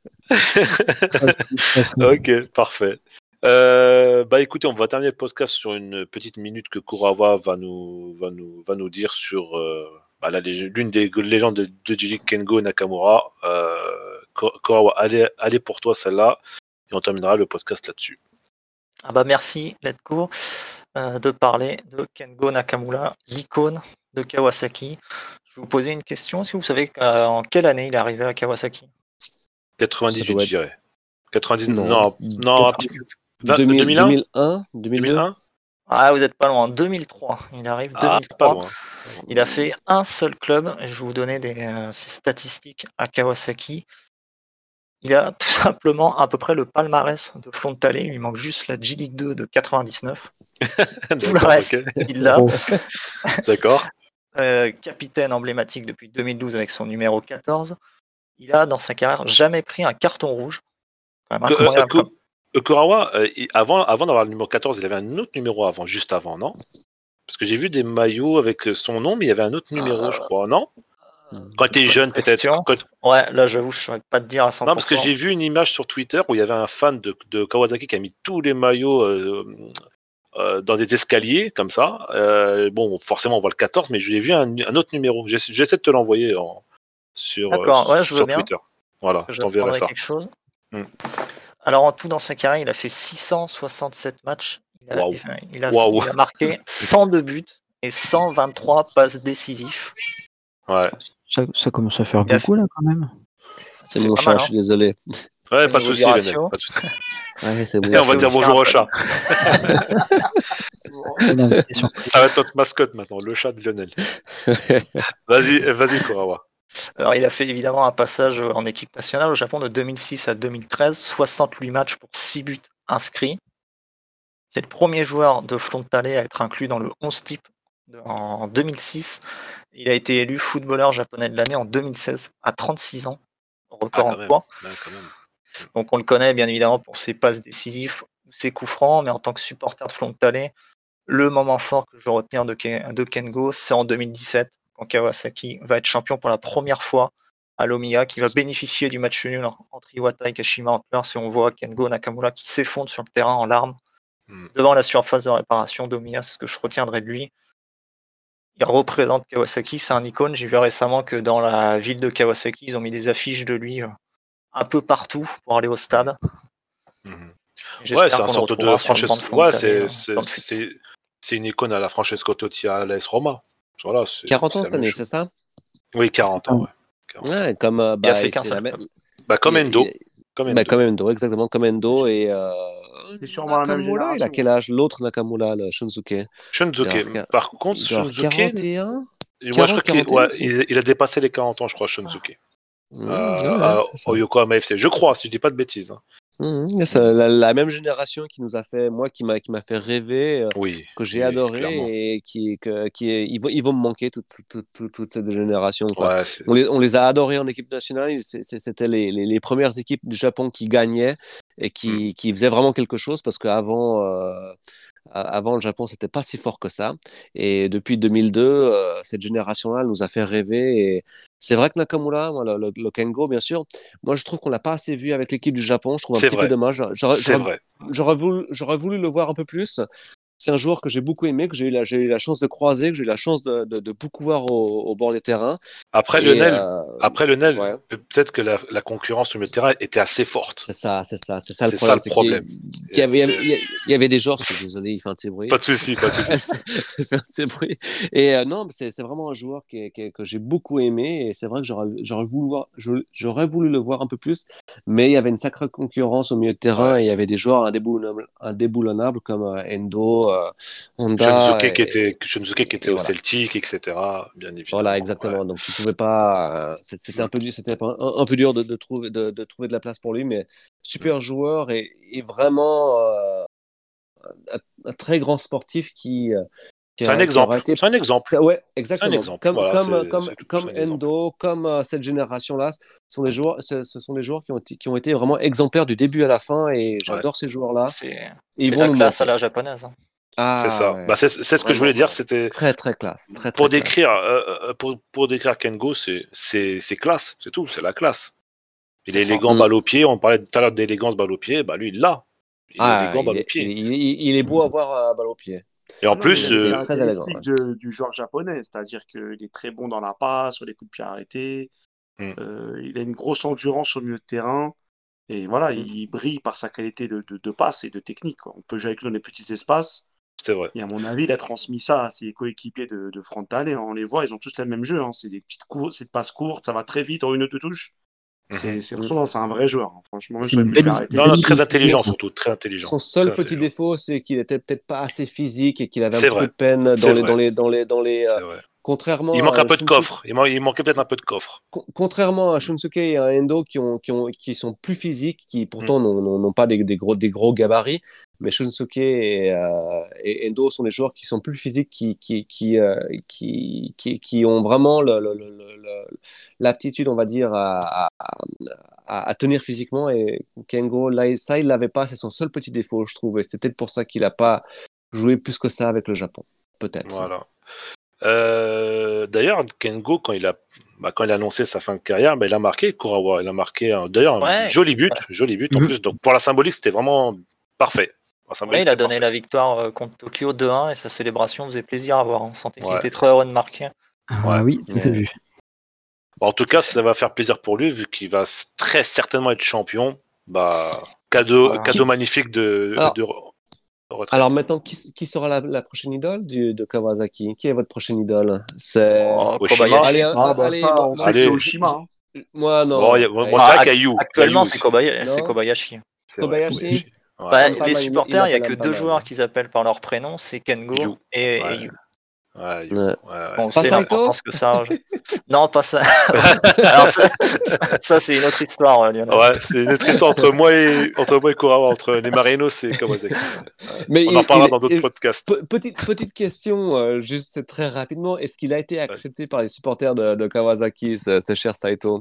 Ok, parfait. Écoutez, on va terminer le podcast sur une petite minute que Kurawa va nous dire sur l'une des légendes de J-League, Kengo Nakamura. Kurawa, allez pour toi celle-là, et on terminera le podcast là-dessus. Merci Letko de parler de Kengo Nakamura, l'icône de Kawasaki. Je vais vous poser une question. Est-ce que vous savez en quelle année il est arrivé à Kawasaki? 98, je dirais. 90, non, un petit peu. 2001. Ah, vous n'êtes pas loin. 2003. Il arrive 2003. Pas loin. Il a fait un seul club. Je vais vous donner ses statistiques à Kawasaki. Il a tout simplement à peu près le palmarès de Frontale. Il lui manque juste la J-League 2 de 99. Tout le reste, il l'a. D'accord. Capitaine emblématique depuis 2012 avec son numéro 14. Il a, dans sa carrière, jamais pris un carton rouge. Quand même incroyable. Kurawa, avant d'avoir le numéro 14, il avait un autre numéro juste avant, non? Parce que j'ai vu des maillots avec son nom, mais il y avait un autre numéro, je crois, non? Quand tu es jeune, peut-être. Ouais, là, j'avoue, je ne saurais pas te dire à 100%. Non, parce que j'ai vu une image sur Twitter où il y avait un fan de Kawasaki qui a mis tous les maillots dans des escaliers, comme ça. Forcément, on voit le 14, mais j'ai vu un autre numéro. J'essaie de te l'envoyer sur Twitter. Voilà, je t'enverrai ça. Quelque chose. Alors, en tout, dans sa carrière, il a fait 667 matchs. Il a marqué 102 buts et 123 passes décisives. Ouais. Ça commence à faire beaucoup, là, quand même. C'est mon chat, je suis désolé. Ouais, pas de souci, Lionel. Ouais, c'est bon. Et on va dire bonjour au chat. Ça va être notre mascotte maintenant, le chat de Lionel. Vas-y, Kurawa. Alors, il a fait évidemment un passage en équipe nationale au Japon de 2006 à 2013, 68 matchs pour 6 buts inscrits. C'est le premier joueur de Frontale à être inclus dans le 11 type en 2006. Il a été élu footballeur japonais de l'année en 2016 à 36 ans, record en poids. Donc on le connaît bien évidemment pour ses passes décisives, ses coups francs, mais en tant que supporter de Frontale, le moment fort que je veux retenir de Kengo, c'est en 2017, quand Kawasaki va être champion pour la première fois à l'Omiya, qui va bénéficier du match nul entre Iwata et Kashima Antlers, et on voit Kengo Nakamura qui s'effondre sur le terrain en larmes devant la surface de réparation d'Omiya. C'est ce que je retiendrai de lui. Il représente Kawasaki, c'est un icône. J'ai vu récemment que dans la ville de Kawasaki, ils ont mis des affiches de lui un peu partout pour aller au stade. Ouais, c'est une sorte de Francesco. Ouais, c'est une icône à la Francesco Totti à l'AS Roma. Voilà, 40 ans cette année, c'est ça? Oui, 40 ans. Ouais, comme il a fait qu'un seul. Comme Endo. Comme Endo, exactement, comme Endo. Et c'est sûrement la même génération. Il a quel âge l'autre Nakamura, le Shunsuke? Par contre, Shunsuke. 41. Moi, je crois qu'il a dépassé les 40 ans, je crois, Shunsuke. Au Yokohama FC. Je crois, si je dis pas de bêtises. C'est la même génération qui nous a fait, moi, qui m'a fait rêver, que j'ai adoré, clairement. Et ils vont me manquer toute cette génération. Quoi. Ouais, on les a adorés en équipe nationale. C'était les premières équipes du Japon qui gagnaient. et qui faisait vraiment quelque chose parce qu'avant avant le Japon c'était pas si fort que ça et depuis 2002 cette génération-là nous a fait rêver et c'est vrai que Nakamura, moi, le Kengo bien sûr, moi je trouve qu'on l'a pas assez vu avec l'équipe du Japon, je trouve un petit peu dommage. C'est vrai. J'aurais voulu le voir un peu plus. C'est un joueur que j'ai beaucoup aimé, que j'ai eu la chance de croiser, que j'ai eu la chance de beaucoup voir au bord des terrains. Après Lionel, ouais. peut-être que la concurrence sur le terrain était assez forte. C'est ça le problème. Il y avait des joueurs, je suis désolé, il fait un petit bruit. Pas de souci. Il fait un petit bruit. Et non, c'est vraiment un joueur que j'ai beaucoup aimé et c'est vrai que j'aurais voulu le voir un peu plus, mais il y avait une sacrée concurrence au milieu de terrain et il y avait des joueurs indéboulonnables comme Endo, Honda. Shunsuke qui était au Celtic, etc. Bien évidemment. Voilà, exactement. Ouais. Donc tu pouvais pas. C'était un peu dur de trouver de la place pour lui, mais super joueur et vraiment un très grand sportif qui. C'est un exemple. C'est un exemple. Ouais, exactement. Comme Endo, exemple. comme cette génération-là, ce sont des joueurs qui ont été vraiment exemplaires du début à la fin et j'adore ces joueurs-là. C'est la classe à la japonaise. Hein. C'est ça. Ouais. C'est ce que je voulais dire. C'était très très classe. Pour décrire Kengo, c'est classe, c'est tout, c'est la classe. Il est élégant balle au pied. On parlait tout à l'heure d'élégance balle au pied. Lui, il l'a. Il est élégant balle au pied. Il est beau à voir balle au pied. Et en plus, c'est caractéristique du joueur japonais, c'est-à-dire qu'il est très bon dans la passe, sur les coups de pied arrêtés. Il a une grosse endurance sur le milieu de terrain. Et voilà, il brille par sa qualité de passe et de technique. Quoi. On peut jouer avec lui dans des petits espaces. C'est vrai. Et à mon avis, il a transmis ça à ses coéquipiers de frontal. Et on les voit, ils ont tous le même jeu. Hein. C'est des petites courses, c'est de passes courtes, ça va très vite en une ou deux touches. C'est un vrai joueur. Hein. Franchement, très intelligent, surtout très intelligent. Son seul petit défaut, c'est qu'il était peut-être pas assez physique et qu'il avait un peu de peine dans les contrairement il manque un peu de coffre. Il manquait peut-être un peu de coffre. Contrairement à Shunsuke et à Endo qui sont plus physiques, qui pourtant n'ont pas des gros gabarits, mais Shunsuke et Endo sont des joueurs qui sont plus physiques, qui ont vraiment l'aptitude, on va dire, à tenir physiquement. Et Kengo, là, ça, il l'avait pas. C'est son seul petit défaut, je trouve. Et c'est peut-être pour ça qu'il n'a pas joué plus que ça avec le Japon. Peut-être. Voilà. D'ailleurs, Kengo, quand il a annoncé sa fin de carrière, il a marqué Kurawa. Il a marqué un joli but en plus. Donc pour la symbolique, c'était vraiment parfait. Il a donné la victoire contre Tokyo 2-1 et sa célébration faisait plaisir à voir. On sentait qu'il était très heureux de marquer. Oui, c'est vu. En tout cas, ça va faire plaisir pour lui vu qu'il va très certainement être champion. Cadeau magnifique de retraite. Alors maintenant, qui sera la prochaine idole de Kawasaki? Qui est votre prochaine idole? C'est Kobayashi. On sait que c'est Oshima. Moi, non. Moi, c'est Caillou. Actuellement, c'est Kobayashi. Kobayashi. Les supporters, il n'y a que deux joueurs qu'ils appellent par leur prénom, c'est Kengo et Yu. Pas Saito que ça. Non, pas ça. Alors ça c'est une autre histoire, Lionel. Ouais, c'est une autre histoire entre moi et Kurawa, entre les Marinos et Kawasaki. Mais on en parlera dans d'autres podcasts. Petite question, juste très rapidement, est-ce qu'il a été accepté par les supporters de Kawasaki, ce cher Saito?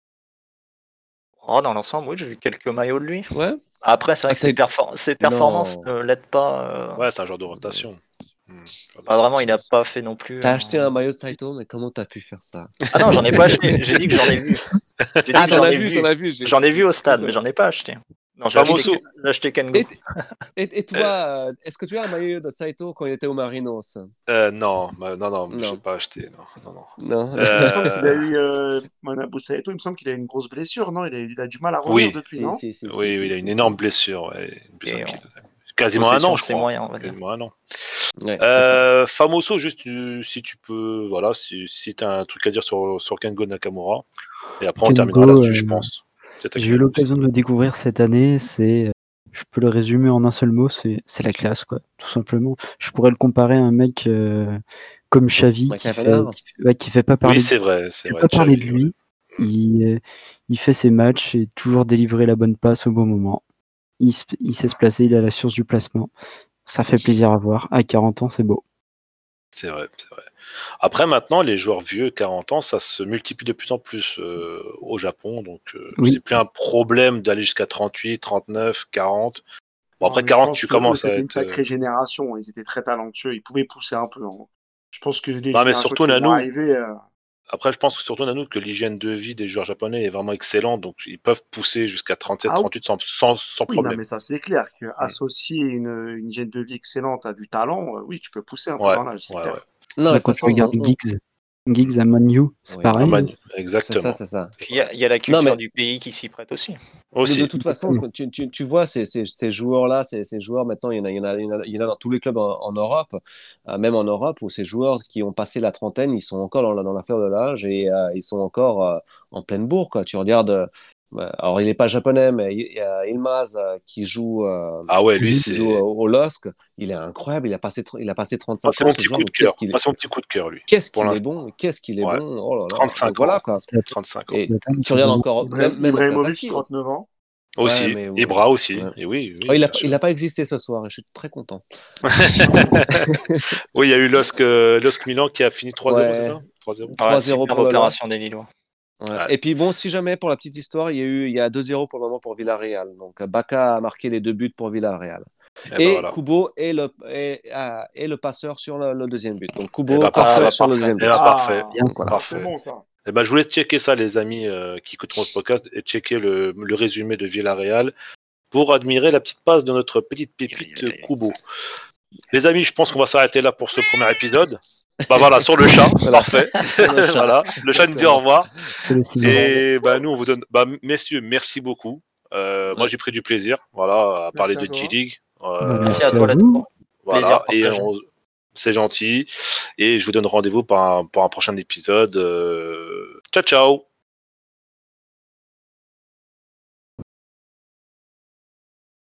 Dans l'ensemble, oui, j'ai vu quelques maillots de lui. Ouais. Après, c'est vrai que ses performances ne l'aident pas. Ouais, c'est un genre de rotation. Vraiment, il n'a pas fait non plus. T'as acheté un maillot de Saito, mais comment t'as pu faire ça? Ah non, j'en ai pas acheté. J'ai dit que j'en ai vu. T'en as vu. J'en ai vu au stade, mais j'en ai pas acheté. Non, j'ai acheté Kengo. Et toi, est-ce que tu as un maillot de Saito quand il était au Marinos? Non, j'ai pas acheté. Non. Il me semble qu'il a eu Manabu Saito. Il me semble qu'il a eu une grosse blessure, non? Il a du mal à revenir depuis, non? Oui, il a une énorme blessure. Quasiment un an, je crois. C'est moyen, on va dire. Quasiment un an. Ouais, Famoso, juste si tu peux, si tu as un truc à dire sur Kengo Nakamura, et après on terminera là-dessus, je pense. J'ai eu l'occasion de le découvrir cette année, je peux le résumer en un seul mot, c'est la classe, quoi, tout simplement. Je pourrais le comparer à un mec comme Xavi qui fait pas parler. Oui, c'est vrai. Pas parler de lui. Il fait ses matchs et toujours délivrer la bonne passe au bon moment. Il sait se placer, il a la science du placement. Ça fait plaisir à voir. À 40 ans, c'est beau. C'est vrai. Après, maintenant, les joueurs vieux, 40 ans, ça se multiplie de plus en plus au Japon. Donc, c'est plus un problème d'aller jusqu'à 38, 39, 40. Bon, après, 40, tu commences à être... C'était une sacrée génération. Ils étaient très talentueux. Ils pouvaient pousser un peu. Hein. Je pense que les Non, mais générations surtout, qui vont Nanou, arriver... après, je pense que surtout, Nanou, que l'hygiène de vie des joueurs japonais est vraiment excellente. Donc, ils peuvent pousser jusqu'à 37, 38 sans Oui, non, problème. mais ça, c'est clair. Que associer une hygiène de vie excellente à du talent, oui, tu peux pousser un peu dans l'âge, c'est clair. Ouais. Non, Quand tu regardes Giggs à Man U, c'est pareil. Exactement. C'est ça. Puis il y a la culture du pays qui s'y prête aussi. De toute façon, tu vois, ces joueurs-là, ces joueurs, maintenant, il y en a dans tous les clubs en Europe, même en Europe, où ces joueurs qui ont passé la trentaine, ils sont encore dans l'affaire de l'âge et ils sont encore en pleine bourre, quoi. Tu regardes, alors il n'est pas japonais, mais il y a Ilmaz qui joue, qui joue au LOSC. Il est incroyable, il a passé 35 ans. C'est mon petit coup de cœur. C'est mon petit coup de cœur, lui. Qu'est-ce qu'il est bon, oh là là. 35 ans. Voilà, quoi. 35 ans. Et tu regardes encore, même Ibrahimovic, Okazaki, 39 ans. Aussi, Ibra aussi. Ouais. Et oui, il n'a pas existé ce soir et je suis très content. Oui, il y a eu LOSC Milan qui a fini 3-0, c'est ça 3-0. 3-0 pour l'opération des Lillois. Ouais. Et puis bon, si jamais, pour la petite histoire, il y a 2-0 pour le moment pour Villarreal. Donc Bacca a marqué les 2 buts pour Villarreal. Et Kubo est le passeur sur le deuxième but. Donc Kubo passeur sur le deuxième but. Parfait. C'est bon ça. Je vous laisse checker ça, les amis qui écouteront ce podcast, et checker le résumé de Villarreal pour admirer la petite passe de notre petite pépite Kubo. Les amis, je pense qu'on va s'arrêter là pour ce premier épisode. Voilà, sur le chat, parfait. Voilà, le chat nous dit au revoir. Et nous, on vous donne. Messieurs, merci beaucoup. Moi, j'ai pris du plaisir, à parler de G-League. Merci à toi, Letco. Voilà, et c'est gentil. Et je vous donne rendez-vous pour un prochain épisode. Ciao, ciao.